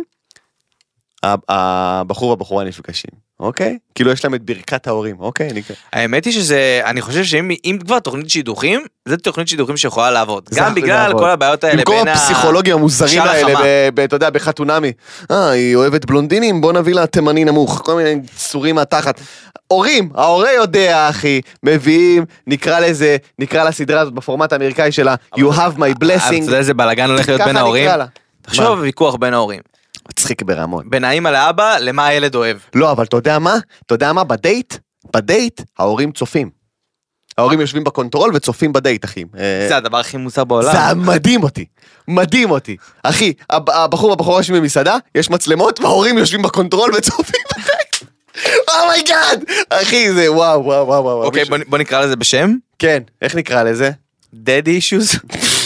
הבחור והבחורה נפגשים. אוקיי? כאילו יש להם את ברכת ההורים, אוקיי? האמת היא שזה, אני חושב שאם כבר תוכנית שידוכים, זה תוכנית שידוכים שיכולה לעבוד. גם בגלל כל הבעיות האלה בין ה... במקום הפסיכולוגיה המוזרים האלה, אתה יודע, בחתונמי. אה, היא אוהבת בלונדינים, בוא נביא לה תימני נמוך, כל מיני צורים מהתחת. הורים, ההורה יודע, אחי, מביאים, נקרא לזה, נקרא לסדרה הזאת בפורמט האמריקאי שלה, You have my blessing. אתה יודע איזה בלגן הולך להיות בין ההורים? תחשוב ויכוח בין ההורים. מצחיק ברמון. בין האמא לאבא, למה הילד אוהב. לא, אבל אתה יודע מה? אתה יודע מה? בדייט, בדייט, ההורים צופים. ההורים יושבים בקונטרול וצופים בדייט, אחי. זה הדבר הכי מוזר בעולם. זה מדהים אותי. מדהים אותי. אחי, הבחור והבחורה יושבים במסעדה, יש מצלמות, וההורים יושבים בקונטרול וצופים בדייט. אומייגאד! אחי, זה וואו, וואו, וואו, וואו. אוקיי, בוא נקרא לזה בשם. כן, איך נקרא לזה? Daddy issues.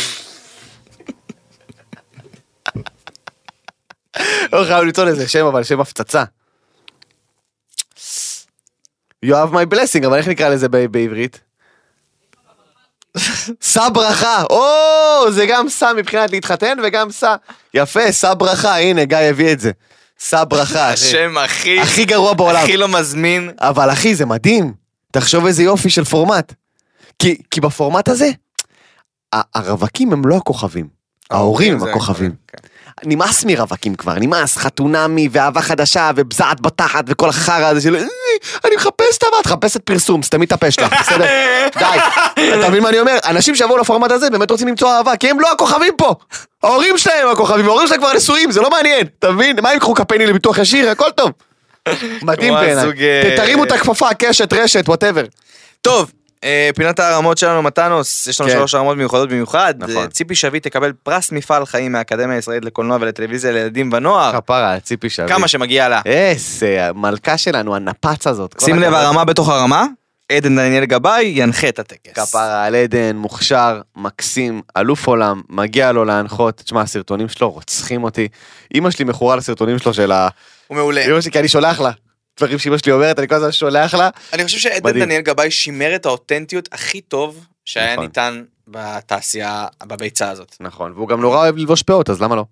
לא חייב ליצור לזה שם, אבל שם הפצצה. You have my blessing, אבל איך נקרא לזה בעברית? שא ברכה, או, זה גם שא מבחינת להתחתן וגם שא. יפה, שא ברכה, הנה, גיא הביא את זה. שא ברכה. השם הכי... הכי גרוע בעולם. הכי לא מזמין. אבל אחי, זה מדהים. תחשוב איזה יופי של פורמט. כי, כי בפורמט הזה, הרווקים הם לא הכוכבים. ההורים הם הכוכבים. נמאס מרווקים כבר, נמאס, חתונמי ואהבה חדשה ובזעת בתחת וכל החרא הזה של אני מחפש את אהבה, תחפש את פרסום, סתמי את הפה שלך, בסדר? די, אתה מבין מה אני אומר? אנשים שעברו לפורמט הזה באמת רוצים למצוא אהבה, כי הם לא הכוכבים פה, ההורים שלהם הכוכבים, ההורים שלהם כבר נשואים, זה לא מעניין, אתה מבין? מה אם קחו קפני לביטוח ישיר, הכל טוב. מדהים בעיניי, תרימו את הכפפה, קשת, רשת, whatever. טוב. פינת הרמות שלנו מתנוס, יש לנו שלוש הרמות מיוחדות במיוחד. ציפי שביט תקבל פרס מפעל חיים מהאקדמיה הישראלית לקולנוע ולטלוויזיה לילדים ונוער. כפרה, ציפי שביט. כמה שמגיע לה. איזה, המלכה שלנו, הנפץ הזאת. שים לב, הרמה בתוך הרמה, עדן דניאל גבאי ינחה את הטקס. כפרה על עדן, מוכשר, מקסים, אלוף עולם, מגיע לו להנחות. תשמע, הסרטונים שלו רוצחים אותי. אמא שלי מכורה לסרטונים שלו של ה... הוא מעולה. אמא שלי, כי אני שולח לה. דברים שאמא שלי אומרת, אני כל הזמן שולח לה. אני חושב שעדן דניאל גבאי שימר את האותנטיות הכי טוב שהיה ניתן בתעשייה, בביצה הזאת. נכון, והוא גם נורא אוהב ללבוש פאות, אז למה לא?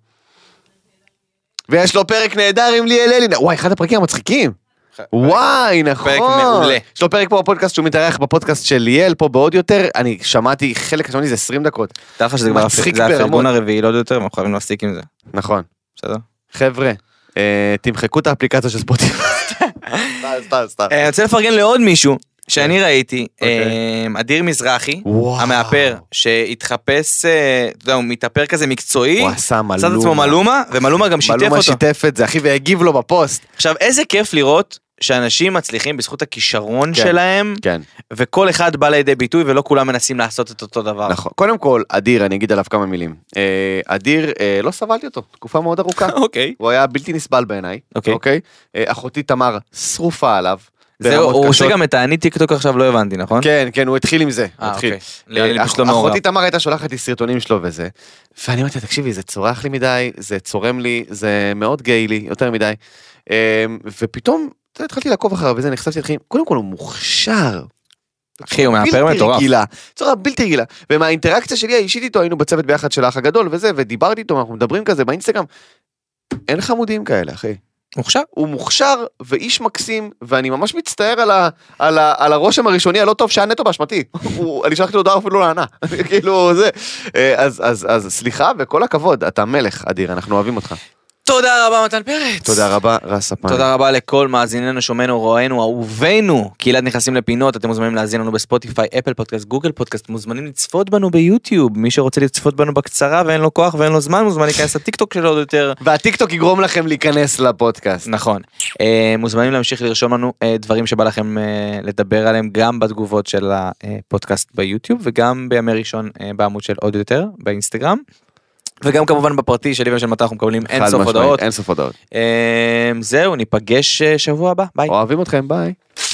ויש לו פרק נהדר עם ליאל אלי, וואי, אחד הפרקים המצחיקים. וואי, נכון. פרק מעולה. יש לו פרק פה בפודקאסט שהוא מתארח בפודקאסט של ליאל, פה בעוד יותר, אני שמעתי, חלק שמעתי זה עשרים דקות. תראה לך שזה הפרגון הרביעי, לא יותר, אנחנו חייבים להפסיק עם זה. נכון. בסדר? חבר'ה, תמחקו את האפליקציה של ספוטיפיי. אני רוצה לפרגן לעוד מישהו שאני ראיתי, אדיר מזרחי, המאפר, שהתחפש, אתה יודע, הוא מתאפר כזה מקצועי, הוא עשה מלומה, עשה את עצמו מלומה, ומלומה גם שיתף אותו. מלומה שיתף את זה, אחי, והגיב לו בפוסט. עכשיו, איזה כיף לראות שאנשים מצליחים בזכות הכישרון שלהם, וכל אחד בא לידי ביטוי, ולא כולם מנסים לעשות את אותו דבר. נכון. קודם כל, אדיר, אני אגיד עליו כמה מילים. אדיר, לא סבלתי אותו, תקופה מאוד ארוכה. אוקיי. הוא היה בלתי נסבל בעיניי. אוקיי. אחותי תמר שרופה עליו. זהו, הוא עושה גם את העני טיקטוק עכשיו, לא הבנתי, נכון? כן, כן, הוא התחיל עם זה. אחותי תמר הייתה שולחת לי סרטונים שלו וזה, ואני אמרתי, תקשיבי, זה צורח לי מדי, זה צורם לי, זה מאוד גיי לי, יותר מדי, ופתאום, התחלתי לעקוב אחריו וזה, נחשפתי לתחילים, קודם כל הוא מוכשר. אחי, הוא מאפר מטורף. צורה בלתי רגילה, ומהאינטראקציה שלי האישית איתו, היינו בצוות ביחד של האח הגדול וזה, ודיברתי איתו, אנחנו מדברים כזה באינסטגרם, אין חמודים כאלה, אחי. מוכשר? הוא מוכשר ואיש מקסים, ואני ממש מצטער על, ה, על, ה, על הרושם הראשוני הלא טוב שהיה נטו באשמתי. אני שלחתי לו דואר אפילו לענה. כאילו זה. אז, אז, אז סליחה וכל הכבוד, אתה מלך, אדיר, אנחנו אוהבים אותך. תודה רבה מתן פרץ. תודה רבה רס הפן. תודה רבה לכל מאזיננו, שומענו, רואינו, אהובינו. קהילת נכנסים לפינות, אתם מוזמנים להאזין לנו בספוטיפיי, אפל פודקאסט, גוגל פודקאסט, מוזמנים לצפות בנו ביוטיוב. מי שרוצה לצפות בנו בקצרה ואין לו כוח ואין לו זמן, מוזמן להיכנס לטיקטוק שלו עוד יותר. והטיקטוק יגרום לכם להיכנס לפודקאסט. נכון. מוזמנים להמשיך לרשום לנו דברים שבא לכם לדבר עליהם גם בתגובות של הפודקאסט ביוטיוב וגם בימי ראשון בעמוד של עוד יותר באינסטגרם. וגם כמובן בפרטי שלי ושל מתי אנחנו מקבלים אין סוף הודעות. אין סוף הודעות. זהו, ניפגש שבוע הבא. ביי. אוהבים אתכם, ביי.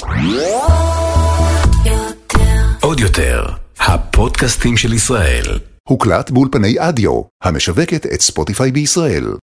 עוד יותר, הפודקאסטים של ישראל. הוקלט באולפני אדיו, המשווקת את ספוטיפיי בישראל.